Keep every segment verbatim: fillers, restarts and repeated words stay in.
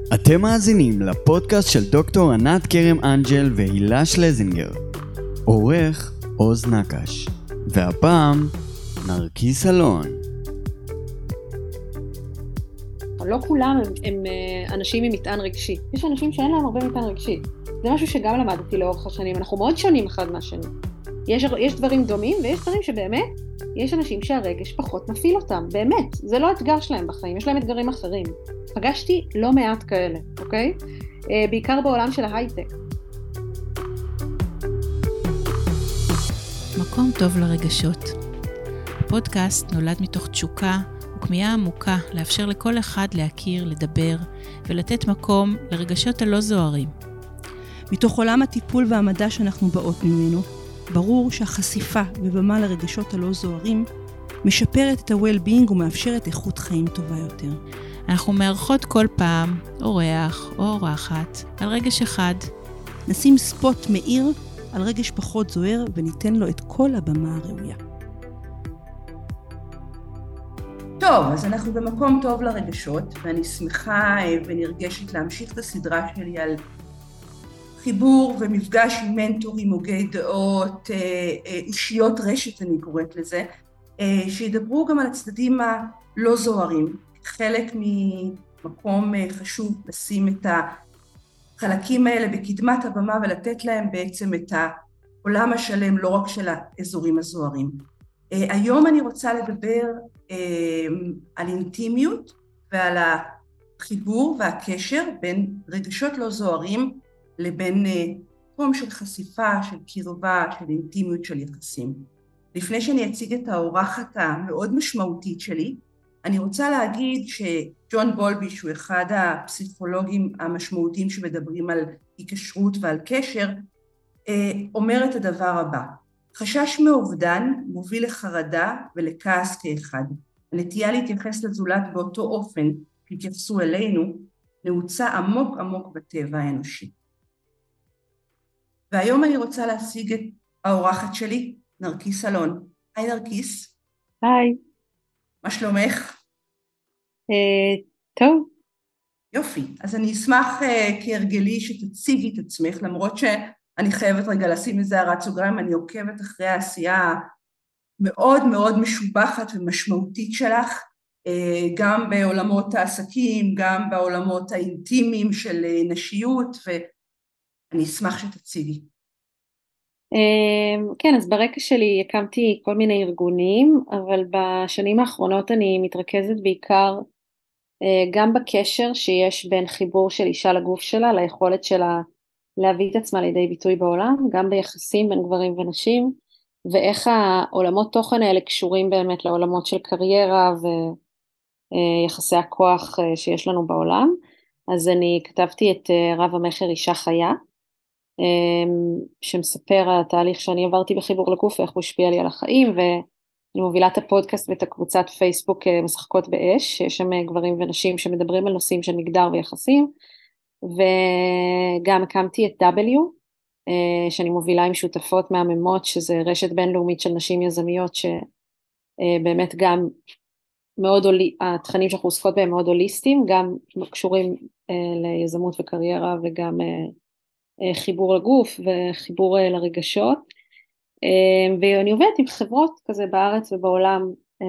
אתם מאזינים לפודקאסט של דוקטור ענת קרם אנג'ל והילה שלזינגר. עורך עוז נקש. והפעם נרקיס אלון. לא כולם הם, הם אנשים עם מטען רגשי. יש אנשים שאין להם הרבה מטען רגשי. זה משהו שגם למדתי לאורך השנים. אנחנו מאוד שונים אחד מהשני. יש, יש דברים דומים ויש דברים שבאמת, יש אנשים שהרגש פחות מפעיל אותם. באמת, זה לא אתגר שלהם בחיים, יש להם אתגרים אחרים. פגשתי לא מעט כאלה, אוקיי? בעיקר בעולם של ההייטק. מקום טוב לרגשות. הפודקאסט נולד מתוך תשוקה וכמיהה עמוקה לאפשר לכל אחד להכיר, לדבר ולתת מקום לרגשות הלא זוהרים. מתוך עולם הטיפול והמדע שאנחנו באות ממנו, ברור שהחשיפה ובמה לרגשות הלא זוהרים משפרת את ה-well-being ומאפשרת איכות חיים טובה יותר. אנחנו מארחות כל פעם אורח או אורחת על רגש אחד. נשים ספוט מאיר על רגש פחות זוהר וניתן לו את כל הבמה הראויה. טוב, אז אנחנו במקום טוב לרגשות, ואני שמחה ונרגשת להמשיך את הסדרה שלי על חיבור ומפגש עם מנטורים, הוגי דעות, אישיות רשת אני קוראת לזה, שידברו גם על הצדדים הלא זוהרים. חלק ממקום חשוב לשים את החלקים האלה בקדמת הבמה ולתת להם בעצם את העולם השלם, לא רק של האזורים הזוהרים. היום אני רוצה לדבר על אינטימיות ועל החיבור והקשר בין רגשות לא זוהרים לבין תחום של חשיפה, של קרבה, של אינטימיות, של יחסים. לפני שאני אציג את האורחת המאוד משמעותית שלי, אני רוצה להגיד שג'ון בולבי, שהוא אחד הפסיכולוגים המשמעותיים שמדברים על היקשרות ועל קשר, אומר את הדבר הבא: חשש מאובדן מוביל לחרדה ולכעס כאחד. הנטייה להתייחס לזולת באותו אופן שהתייחסו אלינו, נעוצה עמוק עמוק בטבע האנושי. והיום אני רוצה להשיג את האורחת שלי, נרקיס אלון. היי נרקיס. היי. מה שלומך? Uh, טוב. יופי, אז אני אשמח uh, כהרגלי שתציגי את עצמך, למרות שאני חייבת רגע לשים איזה הערת סוגריים, אני עוקבת אחרי העשייה מאוד מאוד משובחת ומשמעותית שלך, uh, גם בעולמות העסקים, גם בעולמות האינטימיים של uh, נשיות, ואני אשמח שתציגי. Uh, כן, אז ברקע שלי הקמתי כל מיני ארגונים, אבל בשנים האחרונות אני מתרכזת בעיקר גם בקשר שיש בין חיבור של אישה לגוף שלה, ליכולת שלה להביא את עצמה לידי ביטוי בעולם, גם ביחסים בין גברים ונשים, ואיך העולמות תוכן האלה קשורים באמת לעולמות של קריירה ויחסי הכוח שיש לנו בעולם. אז אני כתבתי את רב המחר אישה חיה, שמספר על התהליך שאני עברתי בחיבור לגוף ואיך הוא השפיע לי על החיים, ו... אני מובילה את הפודקאסט ואת הקבוצת פייסבוק משחקות באש, שיש שם גברים ונשים שמדברים על נושאים של מגדר ויחסים, וגם הקמתי את W, שאני מובילה עם שותפות מהממות, שזה רשת בינלאומית של נשים יזמיות, שבאמת גם מאוד, התכנים שאנחנו עוסקות בהם מאוד הוליסטיים, גם קשורים ליזמות וקריירה, וגם חיבור לגוף וחיבור לרגשות, ואני עובדת עם חברות כזה בארץ ובעולם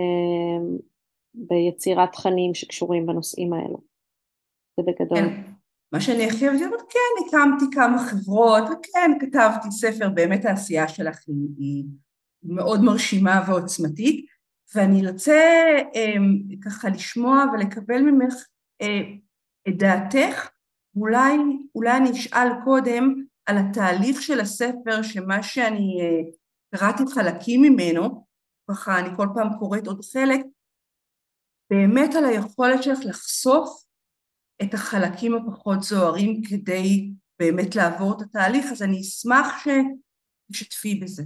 ביצירת תכנים שקשורים בנושאים האלו. זה בגדול. כן. מה שאני הכי אוהבת, כן, הקמתי כמה חברות, וכן, כתבתי ספר, באמת העשייה שלך היא, היא מאוד מרשימה ועוצמתית, ואני רוצה ככה לשמוע ולקבל ממך את דעתך, אולי, אולי אני אשאל קודם על התהליך של הספר, שמה שאני קראתי חלקים ממנו, ככה אני כל פעם קוראת עוד חלק, באמת על היכולת שלך לחשוף את החלקים הפחות זוהרים, כדי באמת לעבור את התהליך, אז אני אשמח שתשתפי בזה.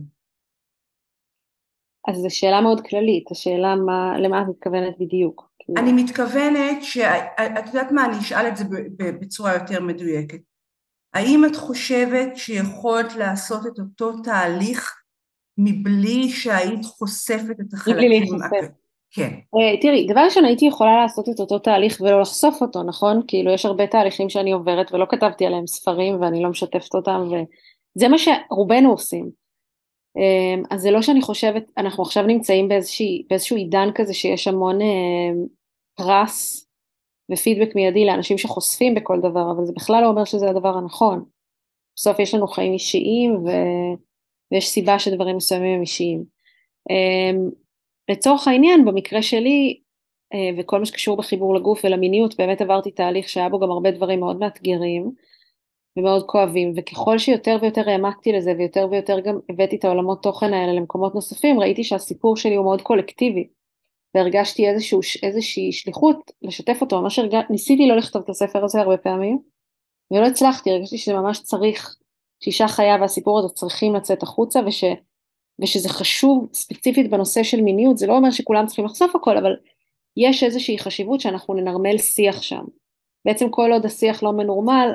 אז זו שאלה מאוד כללית, השאלה מה, למה את מתכוונת בדיוק? אני מתכוונת, שאת יודעת מה, אני אשאל את זה בצורה יותר מדויקת. האם את חושבת שיכולת לעשות את אותו תהליך מבלי שהיית חושפת את החלקים? מבלי להיחשף. כן. תראי, דבר ראשון הייתי יכולה לעשות את אותו תהליך ולא לחשוף אותו, נכון? כאילו יש הרבה תהליכים שאני עוברת ולא כתבתי עליהם ספרים ואני לא משתפת אותם, וזה מה שרובנו עושים. אז זה לא שאני חושבת, אנחנו עכשיו נמצאים באיזשהו עידן כזה שיש המון פרס ופידבק מיידי לאנשים שחושפים בכל דבר, אבל זה בכלל לא אומר שזה הדבר הנכון. בסוף יש לנו חיים אישיים ו... ויש סיבה שדברים מסוימים הם אישיים. לצורך העניין, במקרה שלי, וכל מה שקשור בחיבור לגוף ולמיניות, באמת עברתי תהליך שהיה בו גם הרבה דברים מאוד מאתגרים, ומאוד כואבים, וככל שיותר ויותר העמקתי לזה, ויותר ויותר גם הבאתי את העולמות תוכן האלה למקומות נוספים, ראיתי שהסיפור שלי הוא מאוד קולקטיבי, והרגשתי איזשהו, איזושהי שליחות לשתף אותו, ממש הרגש, ניסיתי לא לכתוב את הספר הזה הרבה פעמים, ולא הצלחתי, הרגשתי שזה ממש צריך, שאישה חיה והסיפור הזה צריכים לצאת החוצה, וש, ושזה חשוב ספציפית בנושא של מיניות, זה לא אומר שכולם צריכים לחשוף הכל, אבל יש איזושהי חשיבות שאנחנו ננרמל שיח שם. בעצם כל עוד השיח לא מנורמל,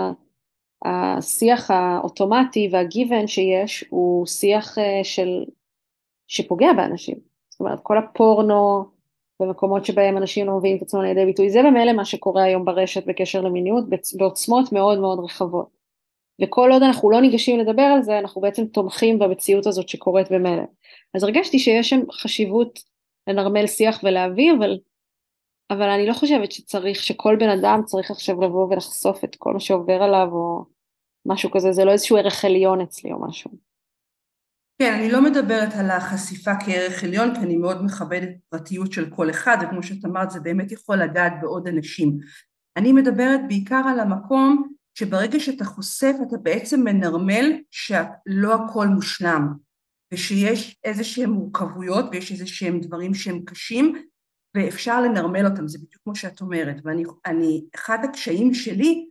השיח האוטומטי והגיוון שיש, הוא שיח של, שפוגע באנשים. זאת אומרת, כל הפורנו, במקומות שבהם אנשים לא מביאים את עצמם לידי ביטוי, זה במילא מה שקורה היום ברשת בקשר למיניות, בעוצמות מאוד מאוד רחבות. וכל עוד אנחנו לא ניגשים לדבר על זה, אנחנו בעצם תומכים במציאות הזאת שקורית במילא. אז הרגשתי שיש שם חשיבות לנרמל שיח ולהביא, אבל, אבל אני לא חושבת שצריך, שכל בן אדם צריך עכשיו לבוא ולחשוף את כל מה שעובר עליו, או משהו כזה, זה לא איזשהו ערך עליון אצלי או משהו. כן, אני לא מדברת על החשיפה כערך עליון, כי אני מאוד מכבדת פרטיות של כל אחד, וכמו שאת אמרת, זה באמת יכול לגעת בעוד אנשים. אני מדברת בעיקר על המקום, שברגע שאתה חושף, אתה בעצם מנרמל שלא הכל מושלם, ושיש איזשהם מורכבויות, ויש איזשהם דברים שהם קשים, ואפשר לנרמל אותם, זה בדיוק כמו שאת אומרת, ואני, אני, אחד הקשיים שלי,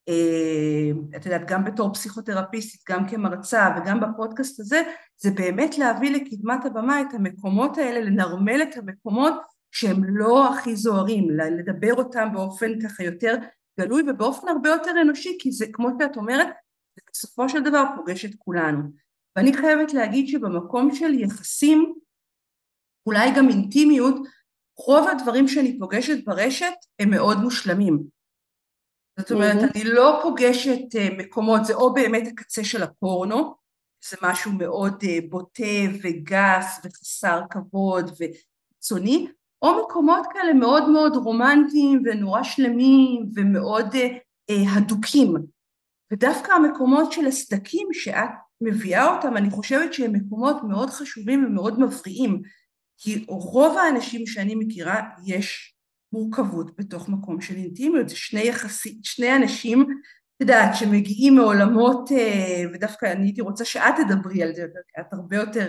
את יודעת, גם בתור פסיכותרפיסטית, גם כמרצה וגם בפודקאסט הזה, זה באמת להביא לקדמת הבמה את המקומות האלה, לנרמל את המקומות שהם לא הכי זוהרים, לדבר אותם באופן ככה יותר גלוי ובאופן הרבה יותר אנושי, כי זה כמו שאת אומרת, זה בסופו של דבר פוגש את כולנו. ואני חייבת להגיד שבמקום של יחסים, אולי גם אינטימיות, רוב הדברים שאני פוגשת ברשת הם מאוד מושלמים. זאת אומרת, mm-hmm. אני לא פוגשת מקומות, זה או באמת הקצה של הפורנו, זה משהו מאוד בוטה וגס וחסר כבוד וקיצוני, או מקומות כאלה מאוד מאוד רומנטיים ונורא שלמים ומאוד אה, הדוקים. ודווקא המקומות של הסדקים שאת מביאה אותם, אני חושבת שהם מקומות מאוד חשובים ומאוד מבריאים, כי רוב האנשים שאני מכירה יש מורכבות בתוך מקום של אינטימיות, זה שני יחסי, שני אנשים, את יודעת, שמגיעים מעולמות, ודווקא אני הייתי רוצה שאת תדברי על זה יותר, כי את הרבה יותר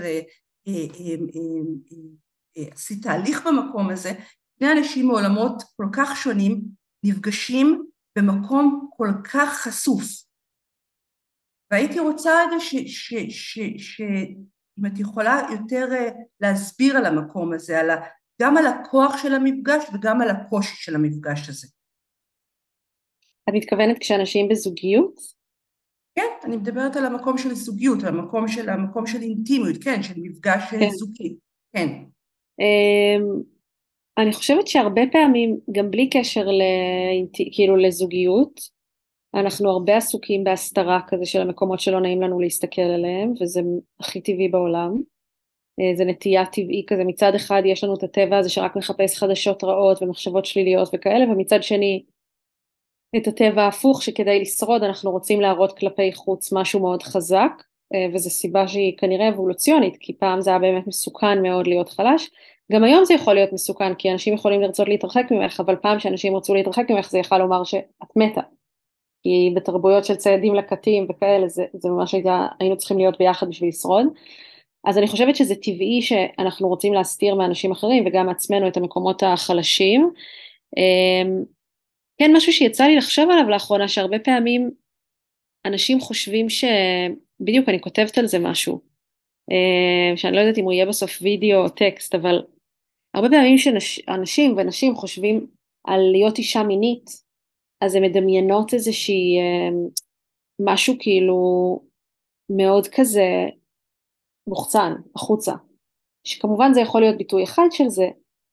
עשית תהליך במקום הזה, שני אנשים מעולמות כל כך שונים, נפגשים במקום כל כך חשוף. והייתי רוצה רגע ש... ש, ש, ש אם את יכולה יותר להסביר על המקום הזה, על ה... גם על הכוח של המפגש וגם על הקושי של המפגש הזה. את מתכוונת כשאנשים בזוגיות? כן, אני מדברת על המקום של זוגיות, על המקום של, המקום של אינטימיות, כן, של מפגש כן. זוגי, כן. אני חושבת שהרבה פעמים, גם בלי קשר כאילו לזוגיות, אנחנו הרבה עסוקים בהסתרה כזה של המקומות שלא נעים לנו להסתכל עליהם, וזה הכי טבעי בעולם. זה נטייה טבעי כזה, מצד אחד יש לנו את הטבע הזה שרק מחפש חדשות רעות ומחשבות שליליות וכאלה, ומצד שני את הטבע ההפוך שכדי לשרוד אנחנו רוצים להראות כלפי חוץ משהו מאוד חזק, וזו סיבה שהיא כנראה אבולוציונית, כי פעם זה היה באמת מסוכן מאוד להיות חלש, גם היום זה יכול להיות מסוכן, כי אנשים יכולים לרצות להתרחק ממך, אבל פעם שאנשים רצו להתרחק ממך זה יכול לומר שאת מתה, כי בתרבויות של ציידים לקטים וכאלה, זה, זה ממש הייתה, היינו צריכים להיות ביחד בשביל לשרוד, אז אני חושבת שזה טבעי שאנחנו רוצים להסתיר מאנשים אחרים, וגם מעצמנו את המקומות החלשים. כן, משהו שיצא לי לחשוב עליו לאחרונה, שהרבה פעמים אנשים חושבים ש... בדיוק אני כותבת על זה משהו, שאני לא יודעת אם הוא יהיה בסוף וידאו או טקסט, אבל הרבה פעמים שאנשים ונשים חושבים על להיות אישה מינית, אז הם מדמיינות איזושהי משהו כאילו מאוד כזה מוחצן, החוצה, שכמובן זה יכול להיות ביטוי אחד של זה,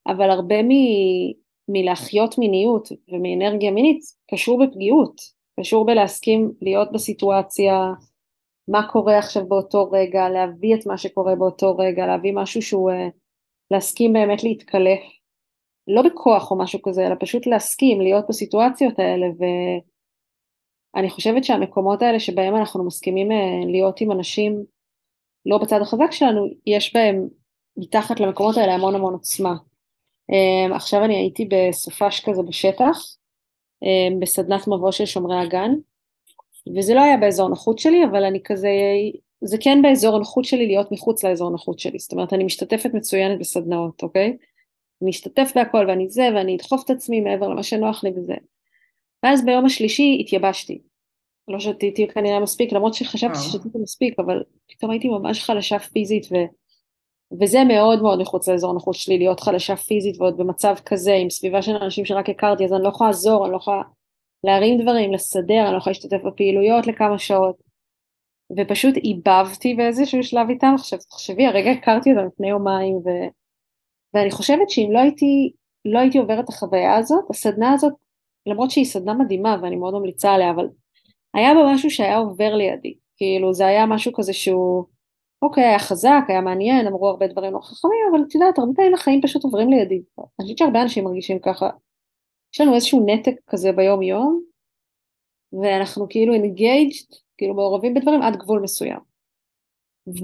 אבל הרבה מ... מלהחיות מיניות ומאנרגיה מינית קשור בפגיעות, קשור בלהסכים להיות בסיטואציה, מה קורה עכשיו באותו רגע, להביא את מה שקורה באותו רגע, להביא משהו שהוא, להסכים באמת להתקלף, לא בכוח או משהו כזה, אלא פשוט להסכים להיות בסיטואציות האלה, ואני חושבת שהמקומות האלה שבהם אנחנו מסכימים להיות עם אנשים, לא בצד החזק שלנו, יש בהם מתחת למקומות האלה המון המון עוצמה. עכשיו אני הייתי בסופש כזה בשטח, בסדנת מבוא של שומרי הגן, וזה לא היה באזור נוחות שלי, אבל אני כזה, זה כן באזור הנוחות שלי להיות מחוץ לאזור הנוחות שלי, זאת אומרת אני משתתפת מצוינת בסדנאות, אוקיי? אני אשתתף בהכל ואני זה, ואני אדחוף את עצמי מעבר למה שנוח לי וזה. ואז ביום השלישי התייבשתי, לא שתיתי כנראה מספיק, למרות שחשבתי שתיתי מספיק, אבל פתאום הייתי ממש חלשה פיזית, ו... וזה מאוד מאוד מחוץ לאזור הנוחות שלי, להיות חלשה פיזית ועוד במצב כזה, עם סביבה של אנשים שרק הכרתי, אז אני לא יכולה לעזור, אני לא יכולה להרים דברים, לסדר, אני לא יכולה להשתתף בפעילויות לכמה שעות, ופשוט איבבתי באיזשהו שלב איתם. עכשיו תחשבי, הרגע הכרתי אותם לפני יומיים, ו... ואני חושבת שאם לא הייתי, לא הייתי עוברת את החוויה הזאת, הסדנה הזאת, למרות שהיא סדנה מדהימה, ואני מאוד ממליצה עליה, אבל היה בה משהו שהיה עובר לידי, כאילו זה היה משהו כזה שהוא, אוקיי, היה חזק, היה מעניין, אמרו הרבה דברים לא חכמים, אבל את יודעת, הרבה פעמים החיים פשוט עוברים לידי. אני חושבת שהרבה אנשים מרגישים ככה, יש לנו איזשהו נתק כזה ביום יום, ואנחנו כאילו engaged, כאילו מעורבים בדברים עד גבול מסוים. ו...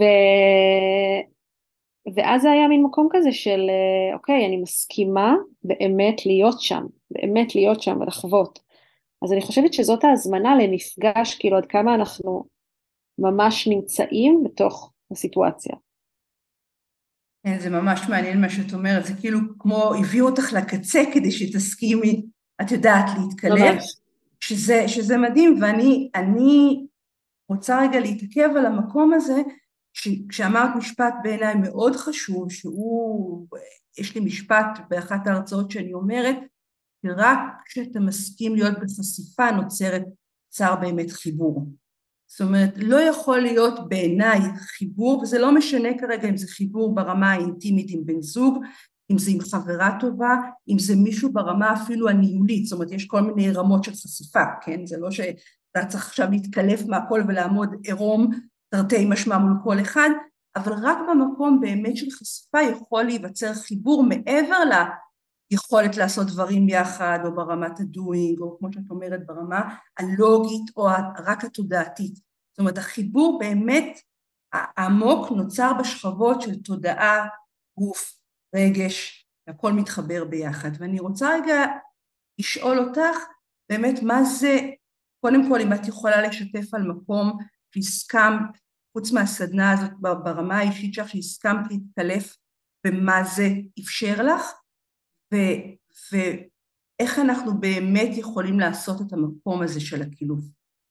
ואז זה היה מין מקום כזה של, אוקיי, אני מסכימה באמת להיות שם, באמת להיות שם ולחוות. אז אני חושבת שזאת ההזמנה למפגש, כאילו עד כמה אנחנו ממש נמצאים בתוך הסיטואציה. כן, זה ממש מעניין מה שאת אומרת, זה כאילו כמו הביאו אותך לקצה כדי שתסכימי, את יודעת, להתקלף, שזה, שזה מדהים, ואני אני רוצה רגע להתעכב על המקום הזה, כשאמרת משפט בעיניי מאוד חשוב, שהוא, יש לי משפט באחת ההרצאות שאני אומרת, רק כשאתה מסכים להיות בחשיפה נוצרת צר באמת חיבור. זאת אומרת, לא יכול להיות בעיניי חיבור, וזה לא משנה כרגע אם זה חיבור ברמה האינטימית עם בן זוג, אם זה עם חברה טובה, אם זה מישהו ברמה אפילו הניהולית, זאת אומרת, יש כל מיני רמות של חשיפה, כן? זה לא שאתה צריך עכשיו להתקלף מהכל ולעמוד עירום, תרתי משמע מול כל אחד, אבל רק במקום באמת של חשיפה יכול להיווצר חיבור מעבר ליכולת לעשות דברים יחד, או ברמת הדוינג, או כמו שאת אומרת, ברמה הלוגית, או רק התודעתית. זאת אומרת, החיבור באמת העמוק נוצר בשכבות של תודעה, גוף, רגש, הכל מתחבר ביחד. ואני רוצה רגע לשאול אותך, באמת מה זה, קודם כל אם את יכולה לשתף על מקום שהסכמת, חוץ מהסדנה הזאת ברמה האישית שלך, שהסכמת להתקלף במה זה אפשר לך, ו- ואיך אנחנו באמת יכולים לעשות את המקום הזה של הקילוף.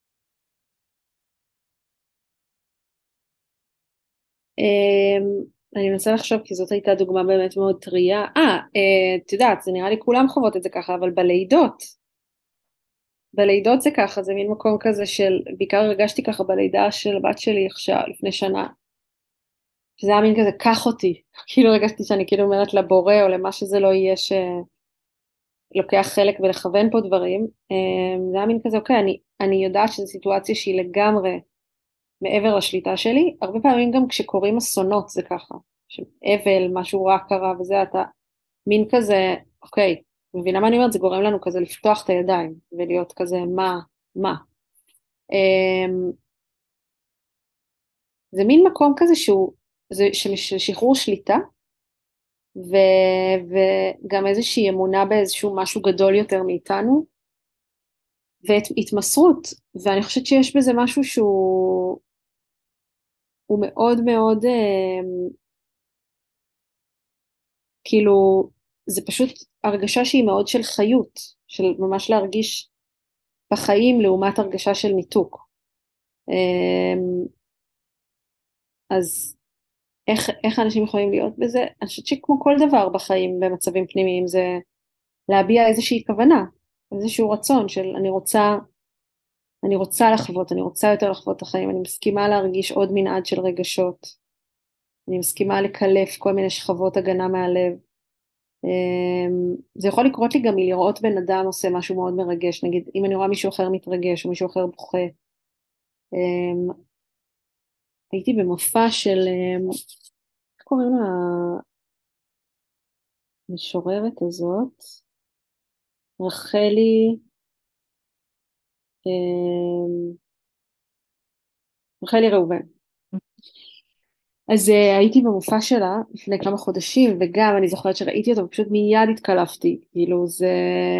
אני מנסה לחשוב, כי זאת הייתה דוגמה באמת מאוד טריה. אה, את יודעת, זה נראה לי כולם חוות את זה ככה, אבל בלידות, בלידות זה ככה, זה מין מקום כזה של, בעיקר הרגשתי ככה בלידה של הבת שלי עכשיו, לפני שנה, שזה היה מין כזה, קח אותי, כאילו הרגשתי שאני כאילו אומרת לבורא, או למה שזה לא יהיה שלוקח חלק ולכוון פה דברים, זה היה מין כזה, אוקיי, אני, אני יודעת שזו סיטואציה שהיא לגמרי מעבר לשליטה שלי, הרבה פעמים גם כשקוראים אסונות זה ככה, אבל, משהו רע קרה וזה, אתה מין כזה, אוקיי, מבינה מה אני אומרת? זה גורם לנו כזה לפתוח את הידיים, ולהיות כזה, מה, מה. זה מין מקום כזה שהוא, זה של שחרור שליטה, ו, וגם איזושהי אמונה באיזשהו משהו גדול יותר מאיתנו, והתמסרות, ואני חושבת שיש בזה משהו שהוא, הוא מאוד מאוד, כאילו, זה פשוט הרגשה שהיא מאוד של חיות, של ממש להרגיש בחיים לעומת הרגשה של ניתוק. אז איך, איך אנשים יכולים להיות בזה? אני חושבת שכמו כל דבר בחיים במצבים פנימיים זה להביע איזושהי כוונה, איזשהו רצון של אני רוצה, אני רוצה לחוות, אני רוצה יותר לחוות את החיים, אני מסכימה להרגיש עוד מנעד של רגשות, אני מסכימה לקלף כל מיני שכבות הגנה מהלב, זה יכול לקרות לי גם מלראות בן אדם עושה משהו מאוד מרגש, נגיד אם אני רואה מישהו אחר מתרגש או מישהו אחר בוכה. הייתי במופע של, איך קוראים לה המשוררת הזאת? רחלי, רחלי ראובן. אז uh, הייתי במופע שלה לפני כמה חודשים, וגם אני זוכרת שראיתי אותו, ופשוט מיד התקלפתי, כאילו זה...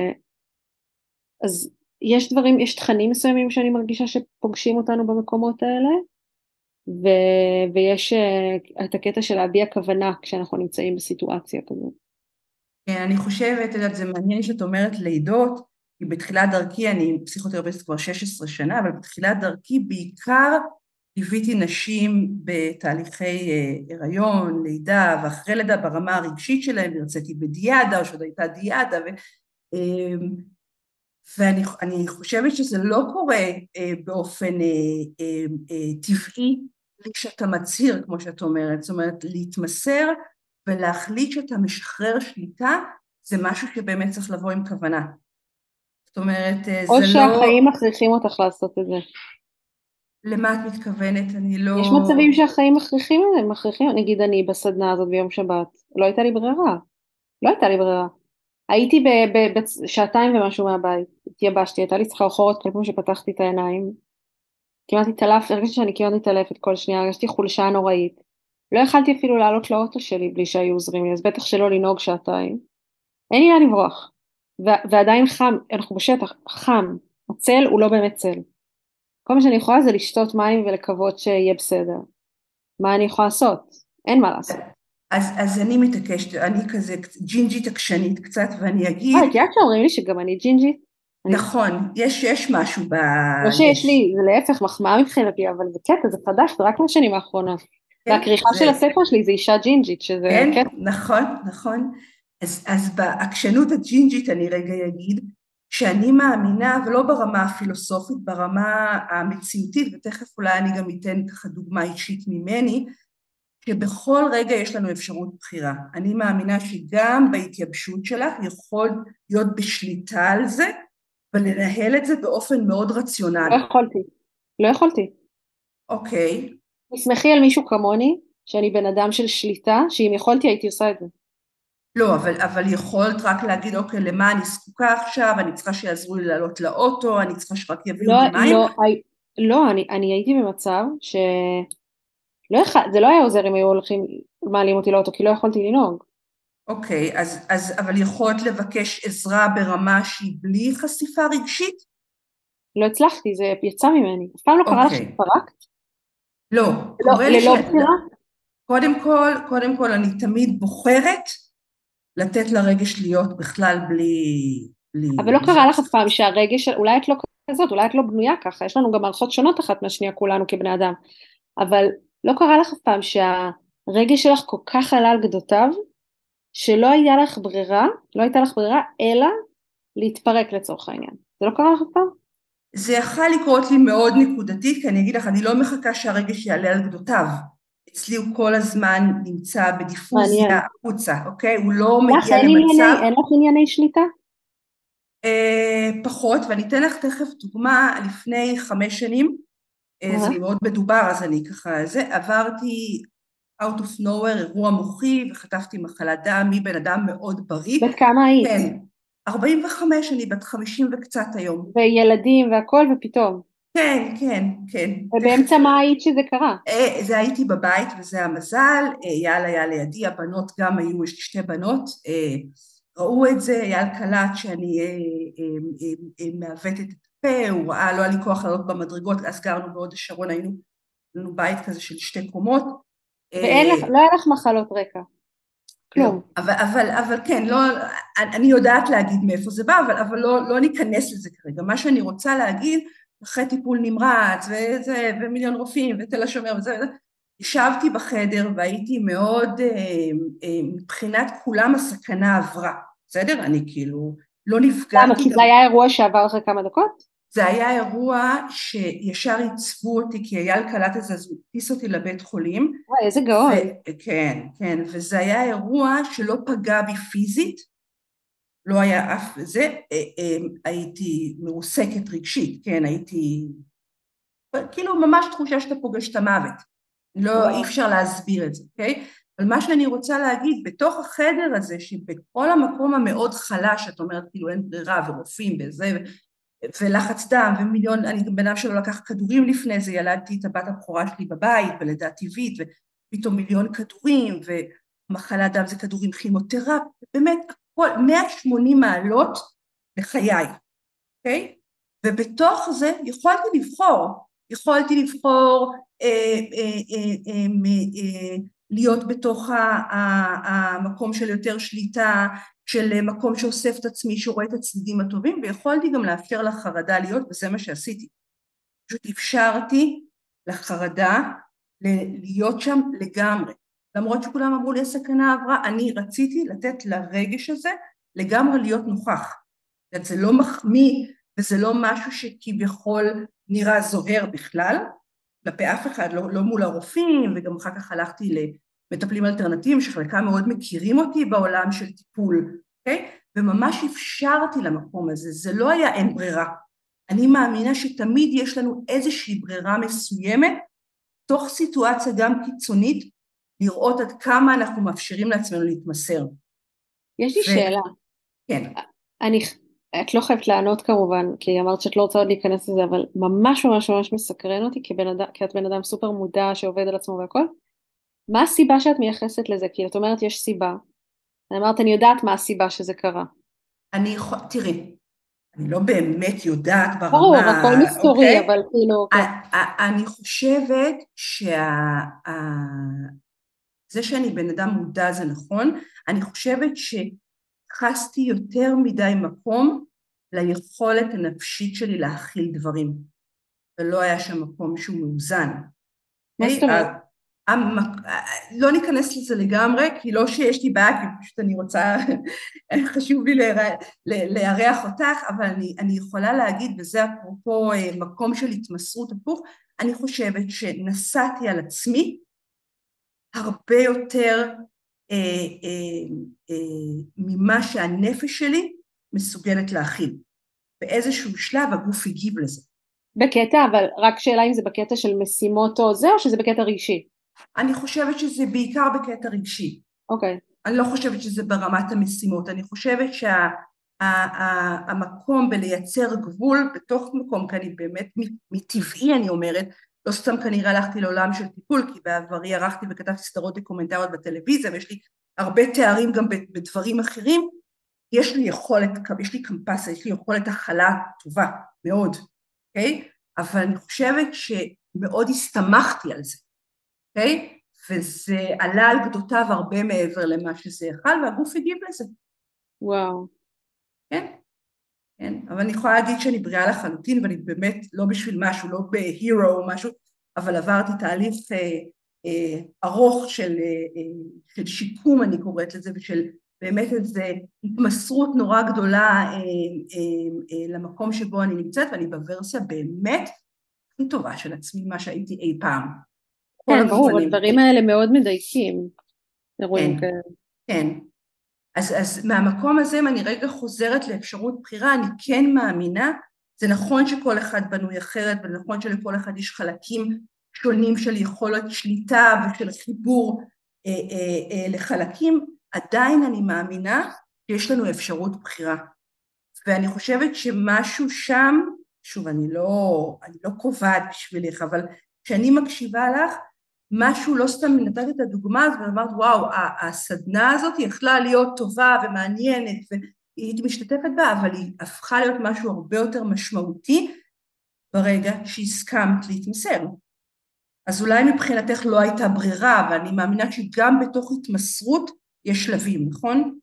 אז יש דברים, יש תכנים מסוימים שאני מרגישה שפוגשים אותנו במקומות האלה, ו... ויש uh, את הקטע של להביע כוונה כשאנחנו נמצאים בסיטואציה כזאת. כן, אני חושבת, יודעת, זה מעניין שאת אומרת לידות, כי בתחילת דרכי, אני פסיכותרפיסטית כבר שש עשרה שנה, אבל בתחילת דרכי בעיקר ליוויתי נשים בתהליכי הריון, לידה, ואחרי לידה ברמה הרגשית שלהם, והרציתי בדיאדה, או שעוד הייתה דיאדה, ו... ואני אני חושבת שזה לא קורה באופן טבעי, כשאתה מצהיר, כמו שאת אומרת, זאת אומרת, להתמסר ולהחליט שאתה משחרר שליטה, זה משהו שבאמת צריך לבוא עם כוונה. זאת אומרת, זה לא... או שהחיים מכריחים אותך לעשות את זה. למה את מתכוונת? אני לא... יש מצבים שהחיים מכריחים את זה, מכריחים, נגיד אני בסדנה הזאת ביום שבת, לא הייתה לי ברירה, לא הייתה לי ברירה. הייתי בשעתיים ומשהו מהבית, התייבשתי, הייתה לי סחרחורת כל פעם שפתחתי את העיניים, כמעט התעלף, הרגשתי שאני כמעט מתעלפת כל שנייה, הרגשתי חולשה נוראית, לא יכלתי אפילו לעלות לאוטו שלי בלי שהיו עוזרים לי, אז בטח שלא לנהוג שעתיים, אין לי לאן לברוח, ועדיין חם, אנחנו בשטח, חם, הצל הוא לא באמת צל, כל מה שאני יכולה זה לשתות מים ולקוות שיהיה בסדר, מה אני יכולה לעשות? אין מה לעשות. אז, אז אני מתעקשת, אני כזה ג'ינג'ית עקשנית קצת, ואני אגיד... אה, כי את שאומרים לי שגם אני ג'ינג'ית? נכון, יש, יש משהו ב... לא שיש לי, זה להפך מחמאה מבחינתי, אבל זה קטע, זה חדש, זה רק מהשנים האחרונות. והכריכה של הספר שלי זה אישה ג'ינג'ית, שזה קטע. נכון, נכון. אז, אז בעקשנות הג'ינג'ית אני רגע אגיד, שאני מאמינה, ולא ברמה הפילוסופית, ברמה המציאותית, ותכף אולי אני גם אתן ככה דוגמה אישית ממני, שבכל רגע יש לנו אפשרות בחירה. אני מאמינה שגם בהתייבשות שלך יכול להיות בשליטה על זה, ולנהל את זה באופן מאוד רציונלי. לא יכולתי, לא יכולתי. אוקיי. תסמכי על מישהו כמוני, שאני בן אדם של שליטה, שאם יכולתי הייתי עושה את זה. לא, אבל, אבל יכולת רק להגיד, אוקיי, למה אני זקוקה עכשיו, אני צריכה שיעזרו לי לעלות לאוטו, אני צריכה שרק יביאו לא, לי מים? לא, לא אני, אני הייתי במצב ש... לא יכול, זה לא היה עוזר אם היו הולכים, מעלים אותי לאוטו, כי לא יכולתי לנהוג. אוקיי, אז, אז, אבל יכולת לבקש עזרה ברמה שהיא בלי חשיפה רגשית? לא הצלחתי, זה יצא ממני. אף פעם לא קרה לך שפרקת? לא, לא, ללא בחירה? קודם כל, קודם כל אני תמיד בוחרת לתת לרגש להיות בכלל בלי... בלי... אבל לא קרה לך אף פעם שהרגש, אולי את לא כזאת, אולי את לא בנויה ככה, יש לנו גם מערכות שונות אחת מהשנייה כולנו כבני אדם, אבל לא קרה לך אף פעם שהרגש שלך כל כך עלה על גדותיו, שלא היה לך ברירה, לא הייתה לך ברירה, אלא להתפרק לצורך העניין. זה לא קרה לך אף פעם? זה יכול לקרות לי מאוד נקודתית, כי אני אגיד לך, אני לא מחכה שהרגש יעלה על גדותיו. אצלי הוא כל הזמן נמצא בדיפוזיה החוצה, אוקיי? הוא לא מגיע למצב... אין לך ענייני שליטה? פחות, ואני אתן לך תכף דוגמה, לפני חמש שנים, זה מאוד מדובר, אז אני ככה, זה, עברתי out of nowhere, אירוע מוחי, וחטפתי מחלת דם מבן אדם מאוד בריא. בת כמה היית? כן, ארבעים וחמש, אני בת חמישים וקצת היום. וילדים והכל, ופתאום. כן, כן, כן. ובאמצע מה היית שזה קרה? זה הייתי בבית, וזה המזל, יאללה, היה לידי, הבנות גם היו, יש לי שתי בנות, ראו את זה, יאל קלט שאני מעוותת את הפה, הוא ראה, לא היה לי כוח לעלות במדרגות, אז גרנו בעוד השרון, היינו לנו בית כזה של שתי קומות. ואין לך, לא היה לך מחלות רקע? כלום. אבל, אבל, אבל כן, לא, אני יודעת להגיד מאיפה זה בא, אבל, אבל לא, לא ניכנס לזה כרגע. מה שאני רוצה להגיד, אחרי טיפול נמרץ, וזה, ומיליון רופאים, ותל השומר, וזה, וזה, ישבתי בחדר, והייתי מאוד, מבחינת כולם הסכנה עברה. בסדר? אני כאילו, לא נפגעתי. למה? כי זה היה אירוע שעבר אחרי כמה דקות? זה היה אירוע שישר עיצבו אותי, כי אייל קלט את זה, אז הוא הכניס אותי לבית חולים. וואי, איזה גאון. כן, כן, וזה היה אירוע שלא פגע בי פיזית, לא היה אף זה, הייתי מרוסקת רגשית, כן, הייתי, כאילו ממש תחושה שאתה פוגש את המוות, לא, אי אפשר להסביר את זה, אוקיי? אבל מה שאני רוצה להגיד, בתוך החדר הזה, שבכל המקום המאוד חלש, את אומרת, כאילו אין ברירה ורופאים וזה, ולחץ דם ומיליון, אני גם בנם שלא לקח כדורים לפני זה, ילדתי את הבת הבכורה שלי בבית, בלידה טבעית, ופתאום מיליון כדורים, ומחלת דם זה כדורים כימותרפיה, באמת, הכל, מאה ושמונים מעלות לחיי, אוקיי? ובתוך זה יכולתי לבחור, יכולתי לבחור אה, אה, אה, אה, אה, להיות בתוך המקום של יותר שליטה, של מקום שאוסף את עצמי, שרואה את הצדדים הטובים, ויכולתי גם לאפשר לחרדה להיות, וזה מה שעשיתי. פשוט אפשרתי לחרדה להיות שם לגמרי. למרות שכולם אמרו לי, הסכנה עברה, אני רציתי לתת לרגש הזה לגמרי להיות נוכח. זה לא מחמיא, וזה לא משהו שכביכול נראה זוהר בכלל, כלפי אף אחד, לא, לא מול הרופאים, וגם אחר כך הלכתי למטפלים אלטרנטיביים, שחלקם מאוד מכירים אותי בעולם של טיפול, אוקיי? וממש אפשרתי למקום הזה, זה לא היה אין ברירה. אני מאמינה שתמיד יש לנו איזושהי ברירה מסוימת, תוך סיטואציה גם קיצונית, לראות עד כמה אנחנו מאפשרים לעצמנו להתמסר. יש לי ו... שאלה. כן. אני... את לא חייבת לענות כמובן, כי אמרת שאת לא רוצה עוד להיכנס לזה, אבל ממש ממש ממש מסקרן אותי, כי, בן אדם, כי את בן אדם סופר מודע שעובד על עצמו והכל. מה הסיבה שאת מייחסת לזה? כי את אומרת יש סיבה. אני אמרת, אני יודעת מה הסיבה שזה קרה. אני, תראי, אני לא באמת יודעת ברמה... ברור, הכל מסתורי, אבל כאילו... אני חושבת שה... זה שאני בן אדם מודע זה נכון, אני חושבת ש... חסתי יותר מדי מקום ליכולת הנפשית שלי להכיל דברים, ולא היה שם מקום שהוא מאוזן. מה זאת אומרת? לא ניכנס לזה לגמרי, כי לא שיש לי בעיה, כי פשוט אני רוצה, חשוב לי להריח אותך, אבל אני, אני יכולה להגיד, וזה אפרופו מקום של התמסרות הפוך, אני חושבת שנסעתי על עצמי הרבה יותר, אה, אה, אה, ממה שהנפש שלי מסוגלת להכיל. באיזשהו שלב הגוף הגיב לזה. בקטע, אבל רק שאלה אם זה בקטע של משימות או זה, או שזה בקטע רגשי? אני חושבת שזה בעיקר בקטע רגשי. אוקיי. אני לא חושבת שזה ברמת המשימות, אני חושבת שהמקום בלייצר גבול בתוך מקום, כי אני באמת מטבעי אני אומרת, לא סתם כנראה הלכתי לעולם של טיפול, כי בעברי ערכתי וכתבתי סדרות דוקומנטריות בטלוויזיה, ויש לי הרבה תארים גם בדברים אחרים, יש לי יכולת, יש לי קמפסה, יש לי יכולת הכלה טובה, מאוד, אוקיי? אבל אני חושבת שמאוד הסתמכתי על זה, אוקיי? וזה עלה על גדותיו הרבה מעבר למה שזה יכל, והגוף הגיב לזה. וואו. כן? כן, אבל אני יכולה להגיד שאני בריאה לחלוטין, ואני באמת לא בשביל משהו, לא בהירו או משהו, אבל עברתי תהליך אה, אה, ארוך של, אה, של שיקום, אני קוראת לזה, ושל באמת איזו התמסרות נורא גדולה אה, אה, אה, למקום שבו אני נמצאת, ואני בוורסיה באמת הכי טובה של עצמי, מה שהייתי אי פעם. כן, ברור, הדברים האלה מאוד מדייקים. כן, כן. אז, אז מהמקום הזה, אם אני רגע חוזרת לאפשרות בחירה, אני כן מאמינה, זה נכון שכל אחד בנוי אחרת, ונכון שלכל אחד יש חלקים שונים של יכולת שליטה ושל חיבור אה, אה, אה, לחלקים, עדיין אני מאמינה שיש לנו אפשרות בחירה. ואני חושבת שמשהו שם, שוב, אני לא, אני לא קובעת בשבילך, אבל כשאני מקשיבה לך, משהו לא סתם נתת את הדוגמה הזאת, ואמרת, וואו, הסדנה הזאת היא יכלה להיות טובה ומעניינת, והיא משתתפת בה, אבל היא הפכה להיות משהו הרבה יותר משמעותי, ברגע שהסכמת להתמסר. אז אולי מבחינתך לא הייתה ברירה, אבל אני מאמינה שגם בתוך התמסרות יש שלבים, נכון?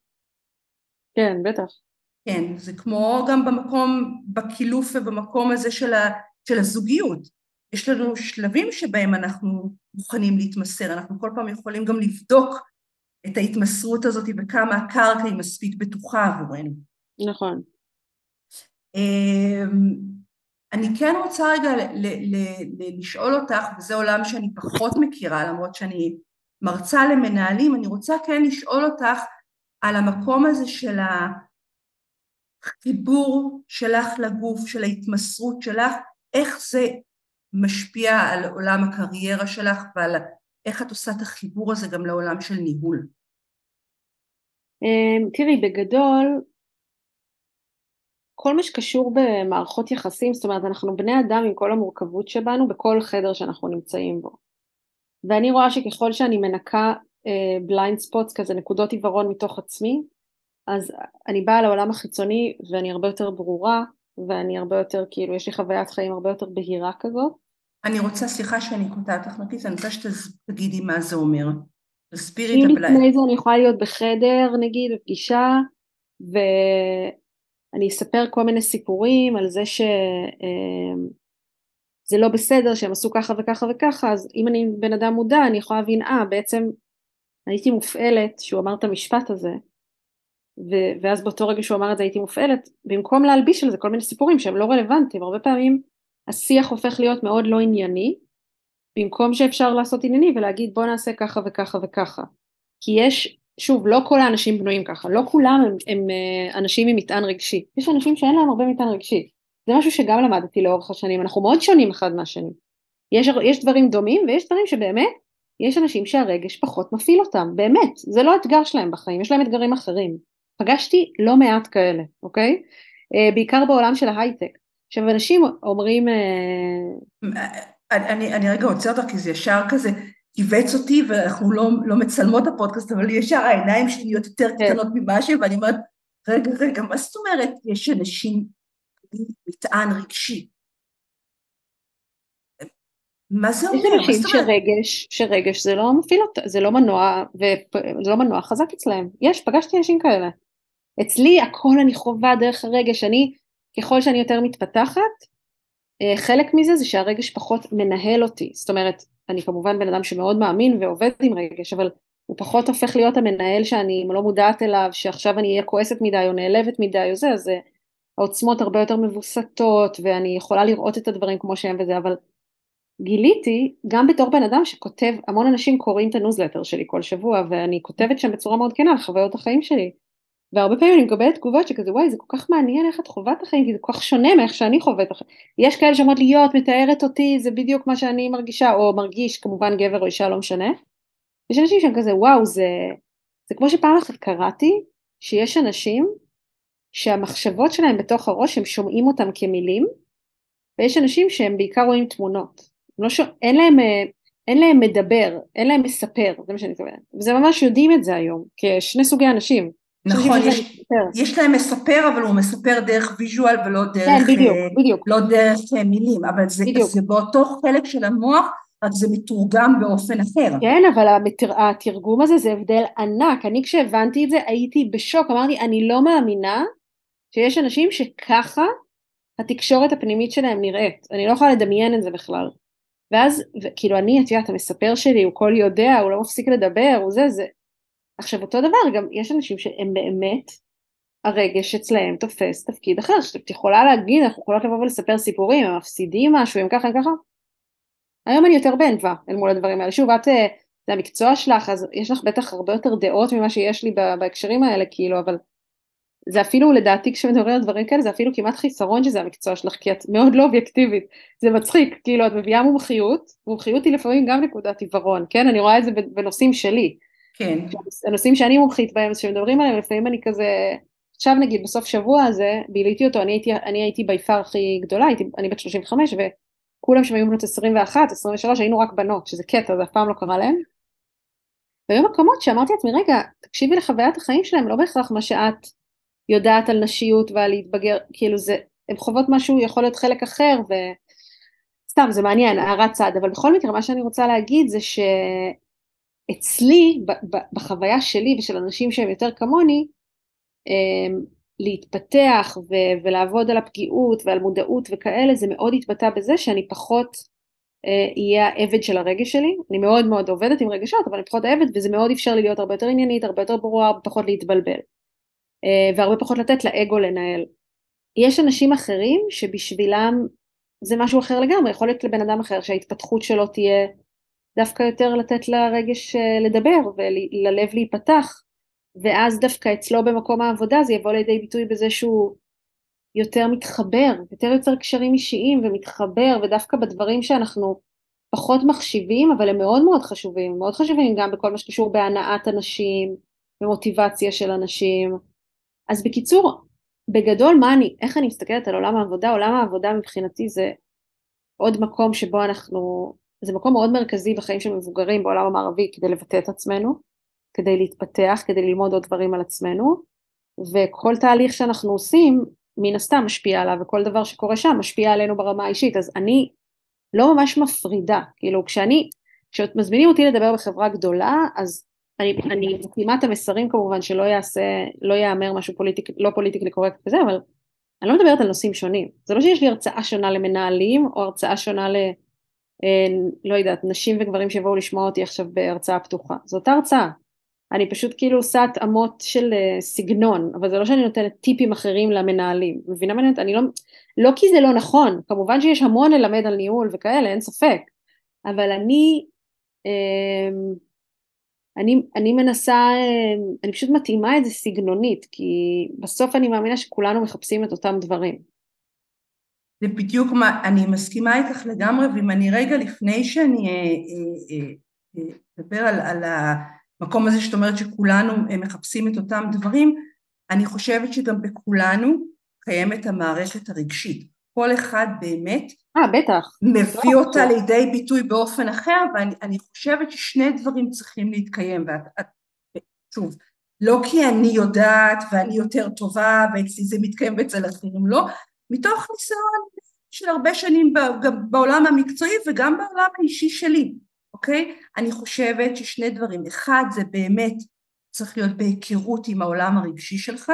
כן, בטח. כן, זה כמו גם במקום, בקילוף ובמקום הזה של, ה, של הזוגיות. יש לנו שלבים שבהם אנחנו מוכנים להתמסר, אנחנו כל פעם יכולים גם לבדוק את ההתמסרות הזאת וכמה הקרקע היא מספיק בטוחה עבורנו. נכון. אני כן רוצה רגע ל- ל- ל- לשאול אותך, וזה עולם שאני פחות מכירה, למרות שאני מרצה למנהלים, אני רוצה כן לשאול אותך על המקום הזה של החיבור שלך לגוף, של ההתמסרות שלך, איך זה משפיע על עולם הקריירה שלך, ועל איך את עושה את החיבור הזה גם לעולם של ניהול. תראי, בגדול, כל מה שקשור במערכות יחסים, זאת אומרת, אנחנו בני אדם עם כל המורכבות שבנו, בכל חדר שאנחנו נמצאים בו. ואני רואה שככל שאני מנקה בליינד ספוטס, כזה נקודות עיוורון מתוך עצמי, אז אני באה לעולם החיצוני, ואני הרבה יותר ברורה, ואני הרבה יותר, כאילו, יש לי חוויית חיים הרבה יותר בהירה כזאת. אני רוצה, סליחה שאני קוטעת לך נרקיס, אני רוצה שתגידי מה זה אומר. תסבירי אם את הבליים. לפני זה אני יכולה להיות בחדר, נגיד, בפגישה, ואני אספר כל מיני סיפורים על זה שזה לא בסדר, שהם עשו ככה וככה וככה, אז אם אני בן אדם מודע, אני יכולה להבין, אה, בעצם הייתי מופעלת, שהוא אמר את המשפט הזה, ו- ואז באותו רגע שהוא אמר את זה הייתי מופעלת, במקום להלביש על זה כל מיני סיפורים שהם לא רלוונטיים, הרבה פעמים השיח הופך להיות מאוד לא ענייני, במקום שאפשר לעשות ענייני ולהגיד בוא נעשה ככה וככה וככה, כי יש, שוב, לא כל האנשים בנויים ככה, לא כולם הם, הם אנשים עם מטען רגשי, יש אנשים שאין להם הרבה מטען רגשי, זה משהו שגם למדתי לאורך השנים, אנחנו מאוד שונים אחד מהשני, יש, יש דברים דומים ויש דברים שבאמת, יש אנשים שהרגש פחות מפעיל אותם, באמת, זה לא אתגר שלהם בחיים, יש להם אתגרים אחרים, פגשתי לא מעט כאלה, אוקיי? בעיקר בעולם של ההייטק, עכשיו אנשים אומרים, אני, אני רגע עוצר אותך, כי זה ישר כזה, קיבץ אותי, ואנחנו לא, לא מצלמות את הפודקאסט, אבל ישר העיניים שלי להיות יותר קטנות ממשהו, ואני אומרת, רגע, רגע, מה זאת אומרת? יש אנשים מטען רגשי. מה זה אומר? יש אנשים שרגש, שרגש זה לא מפעיל אותה, זה לא מנוע, וזה לא מנוע חזק אצלהם. יש, פגשתי אנשים כאלה. אצלי הכל אני חובה דרך הרגש, אני, ככל שאני יותר מתפתחת, חלק מזה זה שהרגש פחות מנהל אותי, זאת אומרת, אני כמובן בן אדם שמאוד מאמין ועובד עם רגש, אבל הוא פחות הופך להיות המנהל שאני לא מודעת אליו, שעכשיו אני אהיה כועסת מדי או נעלבת מדי או זה, אז העוצמות הרבה יותר מבוסתות, ואני יכולה לראות את הדברים כמו שהם וזה, אבל גיליתי, גם בתור בן אדם שכותב, המון אנשים קוראים את הניוזלטר שלי כל שבוע, ואני כותבת שם בצורה מאוד כנה על חוויות החיים שלי, והרבה פעמים אני מקבלת תגובות שכזה, וואי, זה כל כך מעניין איך את חובה את החיים, כי זה כל כך שונה מאיך שאני חווה את החיים. יש כאלה שאומרות להיות, מתארת אותי, זה בדיוק מה שאני מרגישה, או מרגיש, כמובן גבר או אישה, לא משנה. יש אנשים שהם כזה, וואו, זה, זה כמו שפעם אחת קראתי, שיש אנשים שהמחשבות שלהם בתוך הראש, הם שומעים אותם כמילים, ויש אנשים שהם בעיקר רואים תמונות. לא ש... אין להם, אין להם מדבר, אין להם מספר, זה מה שאני מתכוונת. וזה ממש יודעים את זה היום, כשני סוגי אנשים. נכון, יש, יש להם מספר, אבל הוא מספר דרך ויז'ואל ולא דרך, כן, בדיוק, בדיוק. לא דרך מילים, אבל זה, זה באותו חלק של המוח, רק זה מתורגם באופן אחר. כן, אבל התרגום הזה זה הבדל ענק, אני כשהבנתי את זה הייתי בשוק, אמרתי אני לא מאמינה שיש אנשים שככה התקשורת הפנימית שלהם נראית, אני לא יכולה לדמיין את זה בכלל, ואז כאילו אני, את יודעת, המספר שלי הוא כל יודע, הוא לא מפסיק לדבר, הוא זה, זה, עכשיו אותו דבר, גם יש אנשים שהם באמת, הרגש אצלהם תופס תפקיד אחר, שאת יכולה להגיד, אנחנו יכולות לבוא ולספר סיפורים, הם מפסידים משהו, הם ככה, הם ככה, היום אני יותר בענווה אל מול הדברים האלה, שוב, את, זה המקצוע שלך, אז יש לך בטח הרבה יותר דעות ממה שיש לי בהקשרים האלה, כאילו, אבל זה אפילו לדעתי כשמדברים על דברים כאלה, זה אפילו כמעט חיסרון שזה המקצוע שלך, כי את מאוד לא אובייקטיבית, זה מצחיק, כאילו, את מביאה מומחיות, מומחיות היא לפעמים גם נקודת עיוורון, כן, אני רואה את זה בנושאים שלי, כן. הנושאים שאני מומחית בהם, שמדברים עליהם, לפעמים אני כזה, עכשיו נגיד בסוף שבוע הזה, ביליתי אותו, אני הייתי, אני הייתי ביפר הכי גדולה, הייתי, אני בת שלושים וחמש, וכולם שם היו בנות עשרים ואחת, עשרים ושלוש, היינו רק בנות, שזה קטע, זה אף פעם לא קרה להם. והיו מקומות שאמרתי לעצמי, רגע, תקשיבי לחוויית החיים שלהם, לא בהכרח מה שאת יודעת על נשיות ועל להתבגר, כאילו זה, הם חוות משהו, יכול להיות חלק אחר, וסתם, זה מעניין, הערת צעד, אבל בכל מקרה, מה שאני רוצה להגיד זה ש... אצלי, בחוויה שלי ושל אנשים שהם יותר כמוני, להתפתח ולעבוד על הפגיעות ועל מודעות וכאלה, זה מאוד התבטא בזה שאני פחות אהיה העבד של הרגש שלי, אני מאוד מאוד עובדת עם רגשות, אבל אני פחות העבד, וזה מאוד אפשר לי להיות הרבה יותר עניינית, הרבה יותר ברורה, פחות להתבלבל, והרבה פחות לתת לאגו לנהל. יש אנשים אחרים שבשבילם זה משהו אחר לגמרי, יכול להיות לבן אדם אחר שההתפתחות שלו תהיה דווקא יותר לתת לרגש לדבר וללב להיפתח, ואז דווקא אצלו במקום העבודה זה יבוא לידי ביטוי בזה שהוא יותר מתחבר, יותר יוצר קשרים אישיים ומתחבר, ודווקא בדברים שאנחנו פחות מחשיבים, אבל הם מאוד מאוד חשובים, מאוד חשובים גם בכל מה שקשור בהנעת אנשים, במוטיבציה של אנשים. אז בקיצור, בגדול מה אני, איך אני מסתכלת על עולם העבודה? עולם העבודה מבחינתי זה עוד מקום שבו אנחנו, זה מקום מאוד מרכזי בחיים של מבוגרים בעולם המערבי, כדי לבטא את עצמנו, כדי להתפתח, כדי ללמוד עוד דברים על עצמנו, וכל תהליך שאנחנו עושים, מן הסתם משפיע עליו, וכל דבר שקורה שם משפיע עלינו ברמה האישית. אז אני לא ממש מפרידה, כאילו כשאני, כשמזמינים אותי לדבר בחברה גדולה, אז אני, אני מתאימה את המסרים כמובן, שלא יעשה, לא יאמר משהו פוליטיק, לא פוליטיקלי קורקט וזה, אבל אני לא מדברת על נושאים שונים. זה לא שיש לי הרצאה שונה למנהלים, או הרצאה שונה ל, אה, לא יודעת, נשים וגברים שיבואו לשמוע אותי עכשיו בהרצאה פתוחה. זו אותה הרצאה. אני פשוט כאילו עושה התאמות של uh, סגנון, אבל זה לא שאני נותנת טיפים אחרים למנהלים. מבינה מנת? אני לא, לא כי זה לא נכון, כמובן שיש המון ללמד על ניהול וכאלה, אין ספק. אבל אני, אה, אני, אני מנסה, אני פשוט מתאימה את זה סגנונית, כי בסוף אני מאמינה שכולנו מחפשים את אותם דברים. זה בדיוק מה, אני מסכימה איתך לגמרי, ואם אני רגע לפני שאני אדבר על, על המקום הזה שאת אומרת שכולנו מחפשים את אותם דברים, אני חושבת שגם בכולנו קיימת המערכת הרגשית. כל אחד באמת אה, בטח. מביא אותה לידי ביטוי באופן אחר, ואני אני חושבת ששני דברים צריכים להתקיים, ואת, שוב, לא כי אני יודעת ואני יותר טובה, ואצלי זה מתקיים ואצל אחרים לא, מתוך ניסיון של הרבה שנים בעולם המקצועי וגם בעולם האישי שלי, אוקיי? אני חושבת ששני דברים, אחד זה באמת צריך להיות בהיכרות עם העולם הרגשי שלך,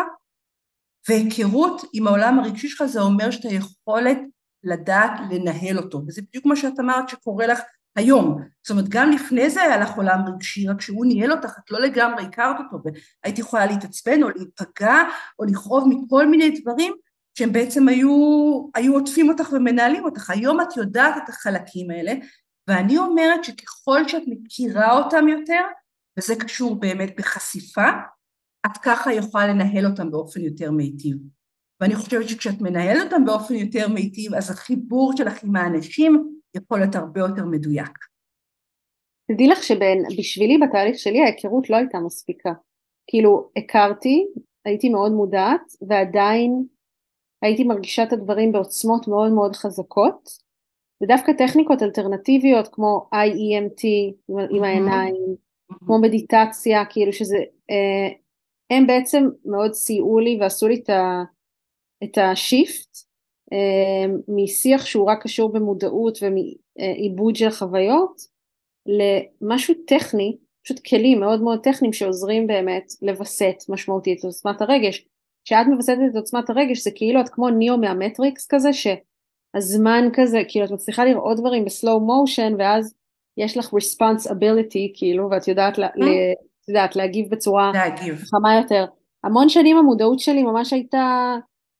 והיכרות עם העולם הרגשי שלך זה אומר שאתה יכולת לדעת לנהל אותו, וזה בדיוק מה שאת אמרת שקורה לך היום, זאת אומרת גם לפני זה היה לך עולם רגשי, רק שהוא ניהל אותך, את לא לגמרי הכרת אותו, והיית יכולה להתעצבן או להיפגע או לכאוב מכל מיני דברים, שהם בעצם היו, היו עוטפים אותך ומנהלים אותך, היום את יודעת את החלקים האלה, ואני אומרת שככל שאת מכירה אותם יותר, וזה קשור באמת בחשיפה, את ככה יכולה לנהל אותם באופן יותר מיטיב. ואני חושבת שכשאת מנהלת אותם באופן יותר מיטיב, אז החיבור שלך עם האנשים יכול להיות הרבה יותר מדויק. תדעי לך שבשבילי בתהליך שלי ההיכרות לא הייתה מספיקה. כאילו הכרתי, הייתי מאוד מודעת, ועדיין הייתי מרגישה את הדברים בעוצמות מאוד מאוד חזקות, ודווקא טכניקות אלטרנטיביות כמו איי אי אם טי עם העיניים, כמו מדיטציה, כאילו שזה, הם בעצם מאוד סייעו לי ועשו לי את השיפט, משיח שהוא רק קשור במודעות ומעיבוד של חוויות, למשהו טכני, פשוט כלים מאוד מאוד טכניים שעוזרים באמת לבסט משמעותית את עוצמת הרגש. כשאת מבסטת את עוצמת הרגש זה כאילו את כמו ניאו מהמטריקס כזה, שהזמן כזה, כאילו את מצליחה לראות דברים בסלואו מושן, ואז יש לך responsibility, כאילו, ואת יודעת, לה, ל, יודעת להגיב בצורה חמה יותר. המון שנים המודעות שלי ממש הייתה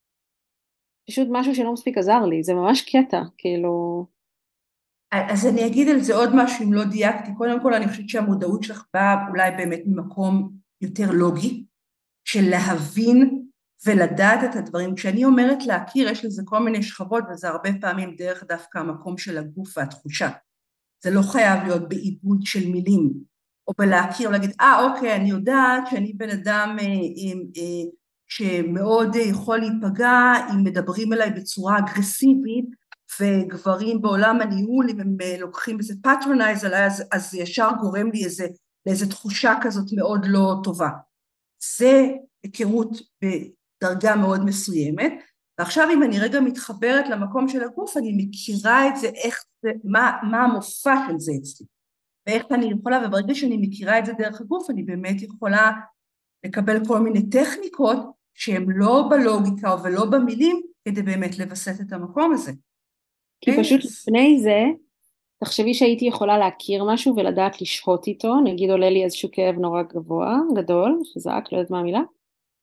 פשוט משהו שלא מספיק עזר לי, זה ממש קטע, כאילו. אז אני אגיד על זה עוד משהו אם לא דייקתי, קודם כל אני חושבת שהמודעות שלך באה אולי באמת ממקום יותר לוגי, של להבין ולדעת את הדברים. כשאני אומרת להכיר, יש לזה כל מיני שכבות, וזה הרבה פעמים דרך דווקא המקום של הגוף והתחושה. זה לא חייב להיות בעיבוד של מילים, או בלהכיר ולהגיד, אה, אוקיי, אני יודעת שאני בן אדם אה, אה, שמאוד יכול להיפגע, אם מדברים אליי בצורה אגרסיבית, וגברים בעולם הניהול, אם הם לוקחים איזה פטרונייז עליי, אז, אז ישר גורם לי איזה, לאיזו תחושה כזאת מאוד לא טובה. זה היכרות בדרגה מאוד מסוימת, ועכשיו אם אני רגע מתחברת למקום של הגוף, אני מכירה את זה, איך זה, מה, מה המופע של זה אצלי, ואיך אני יכולה, וברגע שאני מכירה את זה דרך הגוף, אני באמת יכולה לקבל כל מיני טכניקות, שהן לא בלוגיקה ולא במילים, כדי באמת לבסט את המקום הזה. כי פשוט לפני זה, תחשבי שהייתי יכולה להכיר משהו ולדעת לשהות איתו, נגיד עולה לי איזשהו כאב נורא גבוה, גדול, חזק, לא יודעת מה המילה,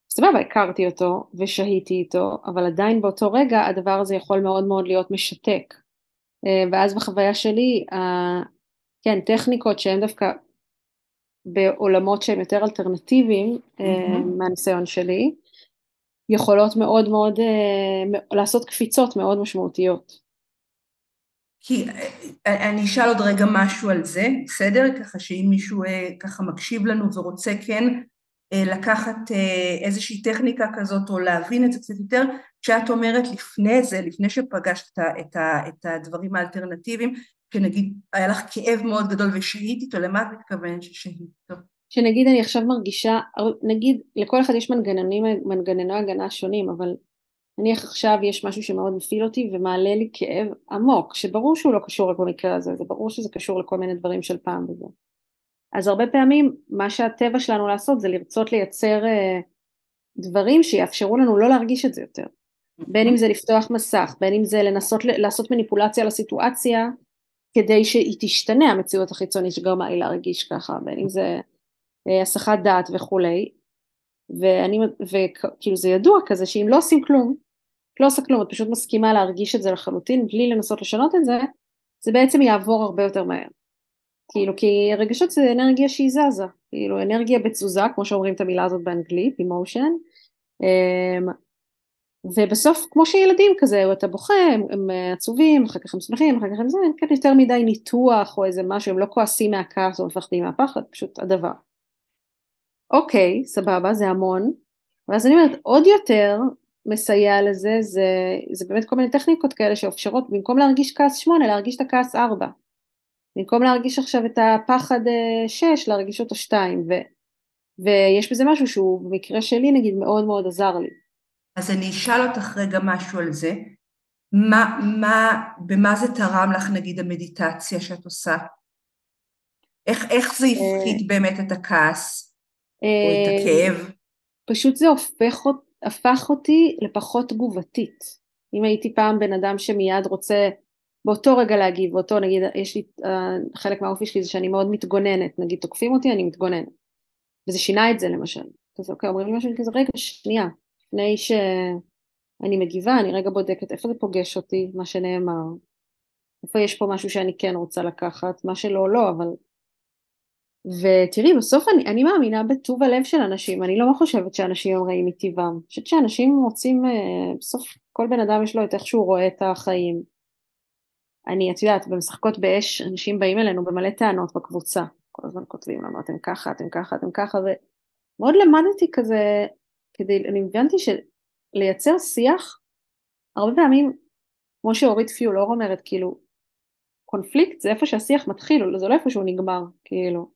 סבבה, הכרתי אותו ושהיתי איתו, אבל עדיין באותו רגע הדבר הזה יכול מאוד מאוד להיות משתק. ואז בחוויה שלי, כן, טכניקות שהן דווקא בעולמות שהן יותר אלטרנטיביים, מהניסיון שלי, יכולות מאוד מאוד לעשות קפיצות מאוד משמעותיות. כי אני אשאל עוד רגע משהו על זה, בסדר? ככה שאם מישהו ככה מקשיב לנו ורוצה כן לקחת איזושהי טכניקה כזאת או להבין את זה קצת יותר, כשאת אומרת לפני זה, לפני שפגשת את, ה, את הדברים האלטרנטיביים, שנגיד היה לך כאב מאוד גדול ושהית איתו, למה את מתכוונת ששהית איתו? שנגיד אני עכשיו מרגישה, נגיד לכל אחד יש מנגנונים, מנגנוני הגנה שונים, אבל נניח עכשיו יש משהו שמאוד מפעיל אותי ומעלה לי כאב עמוק, שברור שהוא לא קשור לכל מקרה הזה, זה ברור שזה קשור לכל מיני דברים של פעם וזה. אז הרבה פעמים מה שהטבע שלנו לעשות זה לרצות לייצר אה, דברים שיאפשרו לנו לא להרגיש את זה יותר. בין אם זה לפתוח מסך, בין אם זה לנסות לעשות מניפולציה לסיטואציה, כדי שהיא תשתנה המציאות החיצונית שגרמה לי להרגיש ככה, בין אם זה אה, הסחת דעת וכולי, ואני, וכאילו זה ידוע כזה שאם לא עושים כלום, לא עושה כלום, את פשוט מסכימה להרגיש את זה לחלוטין, בלי לנסות לשנות את זה, זה בעצם יעבור הרבה יותר מהר. כאילו, כי רגשות זה אנרגיה שהיא זזה, כאילו אנרגיה בתזוזה, כמו שאומרים את המילה הזאת באנגלית, emotion, ובסוף, כמו שילדים כזה, אתה בוכה, הם, הם עצובים, אחר כך הם שמחים, אחר כך הם זה, אין כאן יותר מדי ניתוח או איזה משהו, הם לא כועסים מהכעס או מפחדים מהפחד, פשוט הדבר. אוקיי, סבבה, זה המון, ואז אני אומרת, עוד יותר מסייע לזה, זה, זה באמת כל מיני טכניקות כאלה שאפשרות, במקום להרגיש כעס שמונה, להרגיש את הכעס ארבע. במקום להרגיש עכשיו את הפחד שש, להרגיש אותו שתיים, ו, ויש בזה משהו שהוא במקרה שלי נגיד מאוד מאוד עזר לי. אז אני אשאל אותך רגע משהו על זה, מה, מה, במה זה תרם לך נגיד המדיטציה שאת עושה? איך, איך זה הפחית באמת את הכעס או את הכאב? פשוט זה הופך, הפך אותי לפחות תגובתית. אם הייתי פעם בן אדם שמיד רוצה באותו רגע להגיב, באותו נגיד, יש לי, חלק מהאופי שלי זה שאני מאוד מתגוננת, נגיד תוקפים אותי, אני מתגוננת. וזה שינה את זה למשל. אז אוקיי, אומרים לי משהו כזה, רגע, שנייה, לפני שאני מגיבה, אני רגע בודקת איפה זה פוגש אותי, מה שנאמר, איפה יש פה משהו שאני כן רוצה לקחת, מה שלא, לא, אבל... ותראי, בסוף אני, אני מאמינה בטוב הלב של אנשים, אני לא חושבת שאנשים הם רעים מטבעם, אני חושבת שאנשים רוצים, בסוף כל בן אדם יש לו את איך שהוא רואה את החיים. אני, את יודעת, במשחקות באש, אנשים באים אלינו במלא טענות בקבוצה, כל הזמן כותבים לנו, אתם ככה, אתם ככה, אתם ככה, ומאוד למדתי כזה, כדי, אני הבנתי שלייצר שיח, הרבה פעמים, כמו שאורית פיולור אומרת, כאילו, קונפליקט זה איפה שהשיח מתחיל, זה לא איפה שהוא נגמר, כאילו.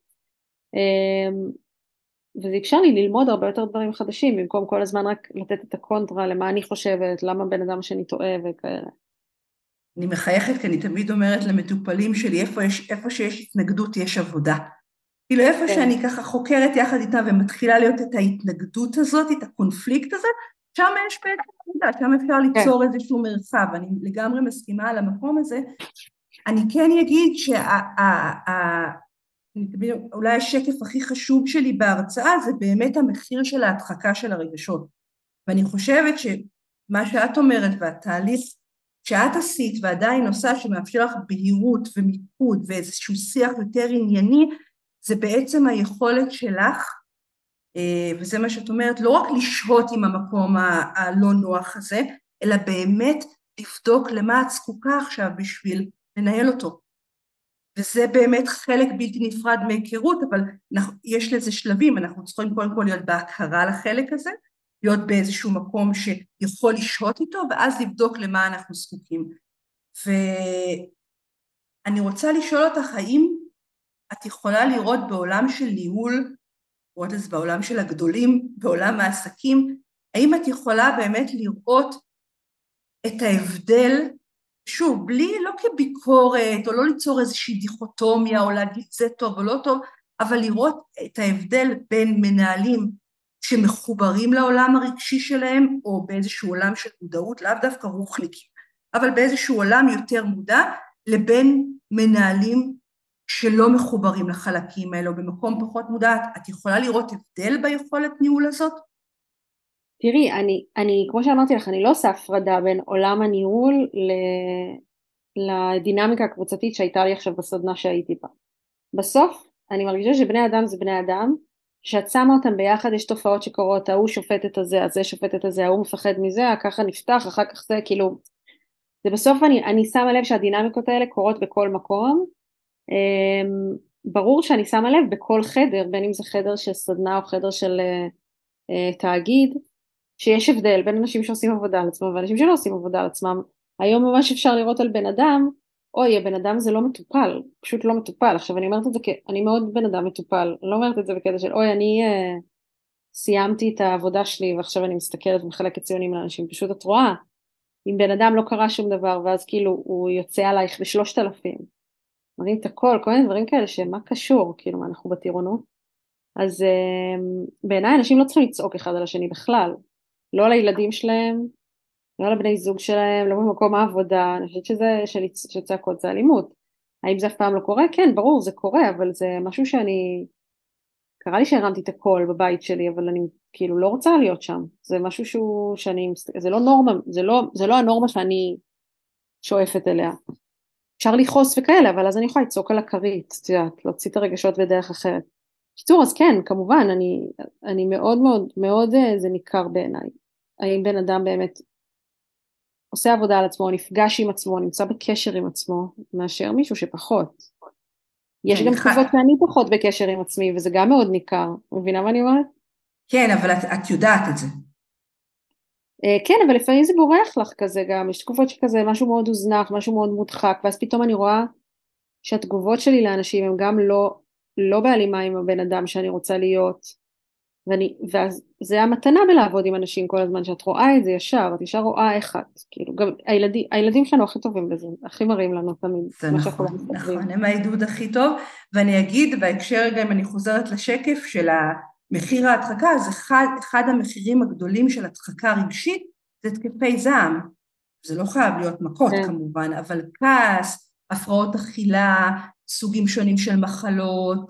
וזה הקשר לי ללמוד הרבה יותר דברים חדשים, במקום כל הזמן רק לתת את הקונטרה, למה אני חושבת, למה בן אדם שאני טועה וכאלה. אני מחייכת, כי אני תמיד אומרת למטופלים שלי, איפה, יש, איפה שיש התנגדות יש עבודה. כאילו איפה כן. שאני ככה חוקרת יחד איתה ומתחילה להיות את ההתנגדות הזאת, את הקונפליקט הזה, שם יש בעצם עבודה, שם אפשר ליצור כן. איזשהו מרחב, אני לגמרי מסכימה על המקום הזה. אני כן אגיד שאולי השקף הכי חשוב שלי בהרצאה, זה באמת המחיר של ההדחקה של הרגשות. ואני חושבת שמה שאת אומרת והתהליך, שאת עשית ועדיין עושה שמאפשר לך בהירות ומיקוד ואיזשהו שיח יותר ענייני, זה בעצם היכולת שלך, וזה מה שאת אומרת, לא רק לשהות עם המקום הלא נוח הזה, אלא באמת לבדוק למה את זקוקה עכשיו בשביל לנהל אותו. וזה באמת חלק בלתי נפרד מהיכרות, אבל יש לזה שלבים, אנחנו צריכים קודם כל להיות בהכרה לחלק הזה, להיות באיזשהו מקום שיכול לשהות איתו, ואז לבדוק למה אנחנו זקוקים. ואני רוצה לשאול אותך, האם את יכולה לראות בעולם של ניהול, לראות את זה בעולם של הגדולים, בעולם העסקים, האם את יכולה באמת לראות את ההבדל, שוב, בלי, לא כביקורת, או לא ליצור איזושהי דיכוטומיה, או להגיד זה טוב או לא טוב, אבל לראות את ההבדל בין מנהלים, שמחוברים לעולם הרגשי שלהם, או באיזשהו עולם של מודעות, לאו דווקא רוחניקים, אבל באיזשהו עולם יותר מודע, לבין מנהלים שלא מחוברים לחלקים האלה, או במקום פחות מודעת, את יכולה לראות הבדל ביכולת ניהול הזאת? תראי, אני, אני, כמו שאמרתי לך, אני לא עושה הפרדה בין עולם הניהול ל... לדינמיקה הקבוצתית שהייתה לי עכשיו בסדנה שהייתי בה. בסוף, אני מרגישה שבני אדם זה בני אדם, שאת שמה אותם ביחד, יש תופעות שקורות, ההוא שופט את הזה, הזה שופט את הזה, ההוא מפחד מזה, ככה נפתח, אחר כך זה, כאילו, זה בסוף אני, אני שמה לב שהדינמיקות האלה קורות בכל מקום, ברור שאני שמה לב בכל חדר, בין אם זה חדר של סדנה או חדר של uh, תאגיד, שיש הבדל בין אנשים שעושים עבודה על עצמם ואנשים שלא עושים עבודה על עצמם. היום ממש אפשר לראות על בן אדם, אוי, הבן אדם זה לא מטופל, פשוט לא מטופל. עכשיו אני אומרת את זה, אני מאוד בן אדם מטופל, אני לא אומרת את זה בקטע של, אוי, אני uh, סיימתי את העבודה שלי ועכשיו אני מסתכלת ומחלקת ציונים לאנשים, פשוט את רואה, אם בן אדם לא קרה שום דבר ואז כאילו הוא יוצא עלייך בשלושת אלפים, מראים את הכל, כל מיני דברים כאלה שמה קשור, כאילו מה אנחנו בטירונות. אז uh, בעיניי אנשים לא צריכים לצעוק אחד על השני בכלל, לא לילדים שלהם, לא לבני זוג שלהם, לא במקום העבודה, אני חושבת שזה, שצעקות זה אלימות. האם זה אף פעם לא קורה? כן, ברור, זה קורה, אבל זה משהו שאני, קרה לי שהרמתי את הכל בבית שלי, אבל אני כאילו לא רוצה להיות שם. זה משהו שהוא, שאני, זה לא נורמה, זה לא, זה לא הנורמה שאני שואפת אליה. אפשר לכעוס וכאלה, אבל אז אני יכולה לצעוק על הכרית, את יודעת, להוציא את הרגשות בדרך אחרת. קיצור, אז כן, כמובן, אני, אני מאוד מאוד, מאוד, זה ניכר בעיניי. האם בן אדם באמת עושה עבודה על עצמו, נפגש עם עצמו, נמצא בקשר עם עצמו, מאשר מישהו שפחות. יש גם תקופות שאני פחות בקשר עם עצמי, וזה גם מאוד ניכר. מבינה מה אני אומרת? כן, אבל את, את יודעת את זה. כן, אבל לפעמים זה בורח לך כזה גם, יש תקופות שכזה משהו מאוד הוזנח, משהו מאוד מודחק, ואז פתאום אני רואה שהתגובות שלי לאנשים הם גם לא, לא בהלימה עם הבן אדם שאני רוצה להיות, ואני, ואז זה המתנה בלעבוד עם אנשים כל הזמן, שאת רואה את זה ישר, את ישר רואה איך את, כאילו, גם הילדים, הילדים שלנו הכי טובים בזה, הכי מראים לנו תמיד. זה נכון, נכון, הם העידוד הכי טוב, ואני אגיד בהקשר גם, אני חוזרת לשקף של המחיר ההדחקה, אז אחד, אחד המחירים הגדולים של הדחקה רגשית, זה תקפי זעם, זה לא חייב להיות מכות כן. כמובן, אבל כעס, הפרעות אכילה, סוגים שונים של מחלות,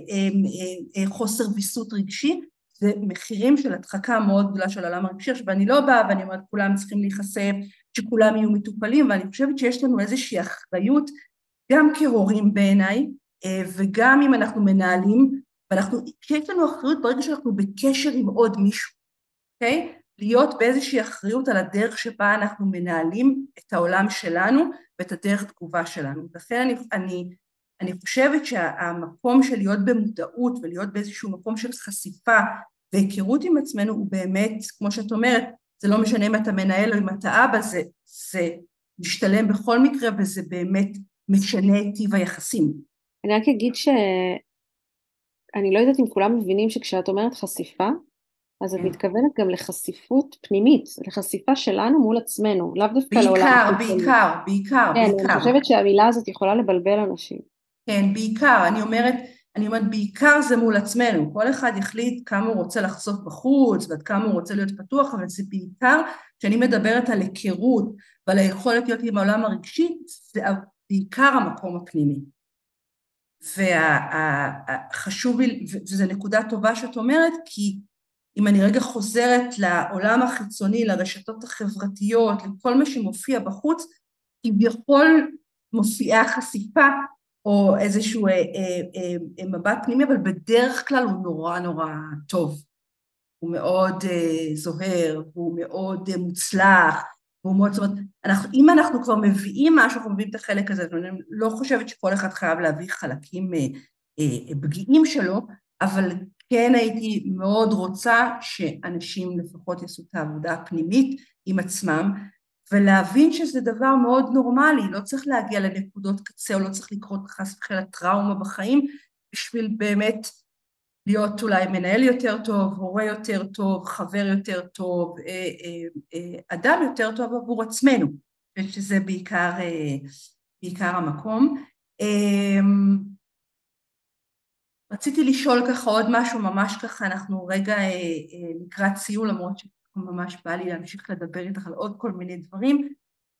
חוסר ויסות רגשי, זה מחירים של הדחקה מאוד גדולה של עולם הרגשי, ואני לא באה ואני אומרת, כולם צריכים להיחשף, שכולם יהיו מטופלים, ואני חושבת שיש לנו איזושהי אחריות, גם כהורים בעיניי, וגם אם אנחנו מנהלים, ואנחנו, שיש לנו אחריות ברגע שאנחנו בקשר עם עוד מישהו, אוקיי? להיות באיזושהי אחריות על הדרך שבה אנחנו מנהלים את העולם שלנו, ואת הדרך תגובה שלנו. לכן אני, אני, אני חושבת שהמקום של להיות במודעות, ולהיות באיזשהו מקום של חשיפה, והיכרות עם עצמנו, הוא באמת, כמו שאת אומרת, זה לא משנה אם אתה מנהל או אם אתה אבא, זה, זה משתלם בכל מקרה, וזה באמת משנה את טיב היחסים. אני רק אגיד ש... אני לא יודעת אם כולם מבינים שכשאת אומרת חשיפה, אז את מתכוונת גם לחשיפות פנימית, לחשיפה שלנו מול עצמנו, לאו דווקא לעולם. בעיקר, בעיקר, בעיקר, כן, בעיקר. אני חושבת שהמילה הזאת יכולה לבלבל אנשים. כן, בעיקר, אני אומרת, אני אומרת, בעיקר זה מול עצמנו, כל אחד יחליט כמה הוא רוצה לחשוף בחוץ, ועד כמה הוא רוצה להיות פתוח, אבל זה בעיקר, כשאני מדברת על היכרות, ועל היכולת להיות עם העולם הרגשי, זה בעיקר המקום הפנימי. והחשוב לי, וזו נקודה טובה שאת אומרת, כי אם אני רגע חוזרת לעולם החיצוני, לרשתות החברתיות, לכל מה שמופיע בחוץ, כביכול מופיעה חשיפה, או איזשהו אה, אה, אה, מבט פנימי, אבל בדרך כלל הוא נורא נורא טוב. הוא מאוד אה, זוהר, הוא מאוד אה, מוצלח, והוא מאוד, זאת אומרת, אנחנו, אם אנחנו כבר מביאים משהו, אנחנו מביאים את החלק הזה, אני לא חושבת שכל אחד חייב להביא חלקים אה, אה, פגיעים שלו, אבל כן הייתי מאוד רוצה שאנשים לפחות יעשו את העבודה הפנימית עם עצמם, ולהבין שזה דבר מאוד נורמלי, לא צריך להגיע לנקודות קצה, או לא צריך לקרות חס וחלילה טראומה בחיים, בשביל באמת להיות אולי מנהל יותר טוב, הורה יותר טוב, חבר יותר טוב, אדם יותר טוב עבור עצמנו, שזה בעיקר, בעיקר המקום. רציתי לשאול ככה עוד משהו, ממש ככה, אנחנו רגע לקראת סיום, למרות שממש בא לי להמשיך לדבר איתך על עוד כל מיני דברים.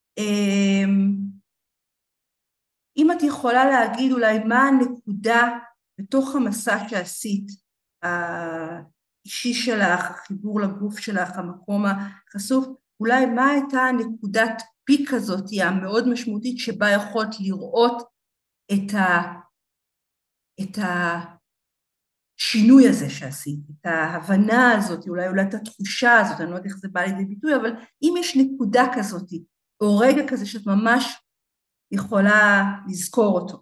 אם את יכולה להגיד אולי מה הנקודה בתוך המסע שעשית, האישי שלך, החיבור לגוף שלך, המקום החשוף, אולי מה הייתה נקודת פיק הזאת, המאוד משמעותית, שבה יכולת לראות את, ה, את השינוי הזה שעשית, את ההבנה הזאת, אולי אולי את התחושה הזאת, אני לא יודעת איך זה בא לידי ביטוי, אבל אם יש נקודה כזאת, או רגע כזה שאת ממש יכולה לזכור אותו.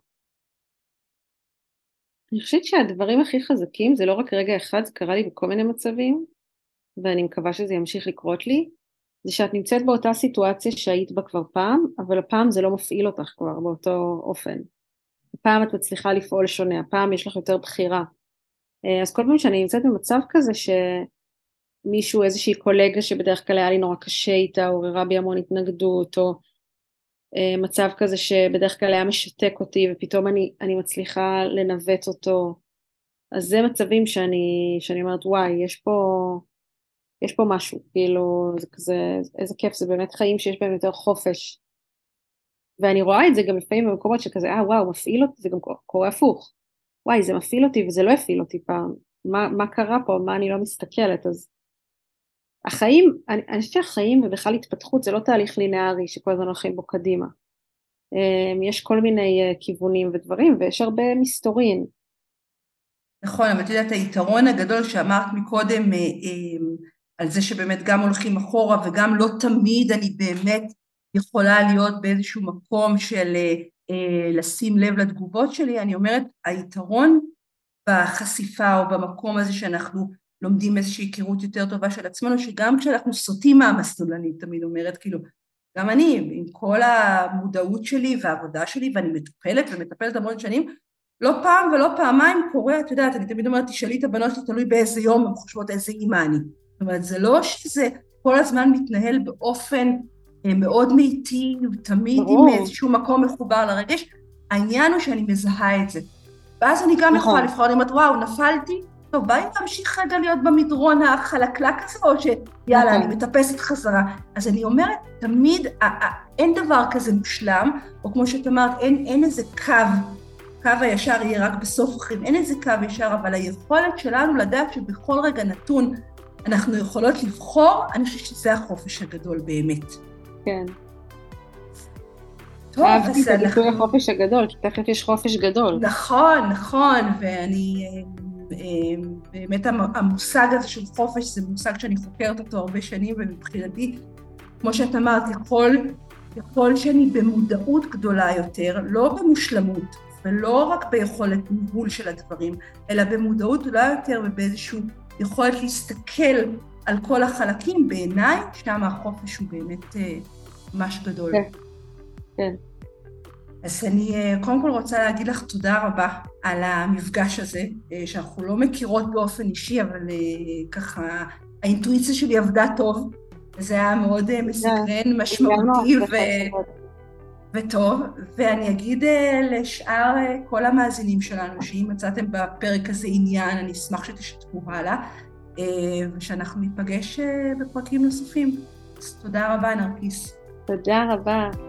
אני חושבת שהדברים הכי חזקים, זה לא רק רגע אחד, זה קרה לי בכל מיני מצבים, ואני מקווה שזה ימשיך לקרות לי, זה שאת נמצאת באותה סיטואציה שהיית בה כבר פעם, אבל הפעם זה לא מפעיל אותך כבר באותו אופן. הפעם את מצליחה לפעול שונה, הפעם יש לך יותר בחירה. אז כל פעם שאני נמצאת במצב כזה, שמישהו, איזושהי קולגה שבדרך כלל היה לי נורא קשה איתה, עוררה בי המון התנגדות, או מצב כזה שבדרך כלל היה משתק אותי, ופתאום אני, אני מצליחה לנווט אותו. אז זה מצבים שאני, שאני אומרת, וואי, יש פה, יש פה משהו, כאילו, זה כזה, איזה כיף, זה באמת חיים שיש בהם יותר חופש. ואני רואה את זה גם לפעמים במקומות שכזה, אה, וואו, מפעיל אותי, זה גם קורה הפוך. וואי, זה מפעיל אותי, וזה לא הפעיל אותי פעם. מה, מה קרה פה? מה אני לא מסתכלת? אז החיים, אני, אני חושבת שהחיים ובכלל התפתחות, זה לא תהליך לינארי שכל הזמן הולכים בו קדימה. יש כל מיני כיוונים ודברים, ויש הרבה מסתורין. נכון, אבל אתה יודעת, היתרון הגדול שאמרת מקודם, על זה שבאמת גם הולכים אחורה, וגם לא תמיד אני באמת יכולה להיות באיזשהו מקום של לשים לב לתגובות שלי, אני אומרת, היתרון בחשיפה או במקום הזה שאנחנו לומדים איזושהי היכרות יותר טובה של עצמנו, שגם כשאנחנו סוטים מהמסלול, אני תמיד אומרת, כאילו, גם אני, עם כל המודעות שלי והעבודה שלי, ואני מטפלת ומטפלת המון שנים, לא פעם ולא פעמיים קורה, את יודעת, אני תמיד אומרת, תשאלי את הבנות שלי, תלוי באיזה יום, הן חושבות איזה אימא אני. זאת אומרת, זה לא שזה כל הזמן מתנהל באופן מאוד מיטיב, תמיד עם איזשהו מקום מחובר לרגש, העניין הוא שאני מזהה את זה. ואז אני גם יכולה לבחור, אני אומרת, וואו, נפלתי, טוב, ביי להמשיך רגע להיות במדרון החלקלק הזה, או שיאללה, אני מטפסת חזרה. אז אני אומרת, תמיד, אין דבר כזה מושלם, או כמו שאת אמרת, אין איזה קו, קו הישר יהיה רק בסוף אחרים, אין איזה קו ישר, אבל היכולת שלנו לדעת שבכל רגע נתון אנחנו יכולות לבחור, אני חושבת שזה החופש הגדול באמת. כן. טוב, אהבתי את הביטוי החופש הגדול, כי תכף יש חופש גדול. נכון, נכון, ואני, באמת המושג הזה של חופש, זה מושג שאני חוקרת אותו הרבה שנים, ומבחינתי, כמו שאת אמרת, יכול, יכול שאני במודעות גדולה יותר, לא במושלמות, ולא רק ביכולת ניהול של הדברים, אלא במודעות גדולה יותר, ובאיזשהו יכולת להסתכל על כל החלקים, בעיניי, שם החופש הוא באמת ממש גדול. כן, כן. אז אני קודם כל רוצה להגיד לך תודה רבה על המפגש הזה, שאנחנו לא מכירות באופן אישי, אבל ככה האינטואיציה שלי עבדה טוב, וזה היה מאוד מסקרן, משמעותי וטוב, ואני אגיד לשאר כל המאזינים שלנו, שאם מצאתם בפרק הזה עניין, אני אשמח שתשתפו הלאה, ושאנחנו ניפגש בפרקים נוספים. אז תודה רבה, נרקיס. תודה רבה.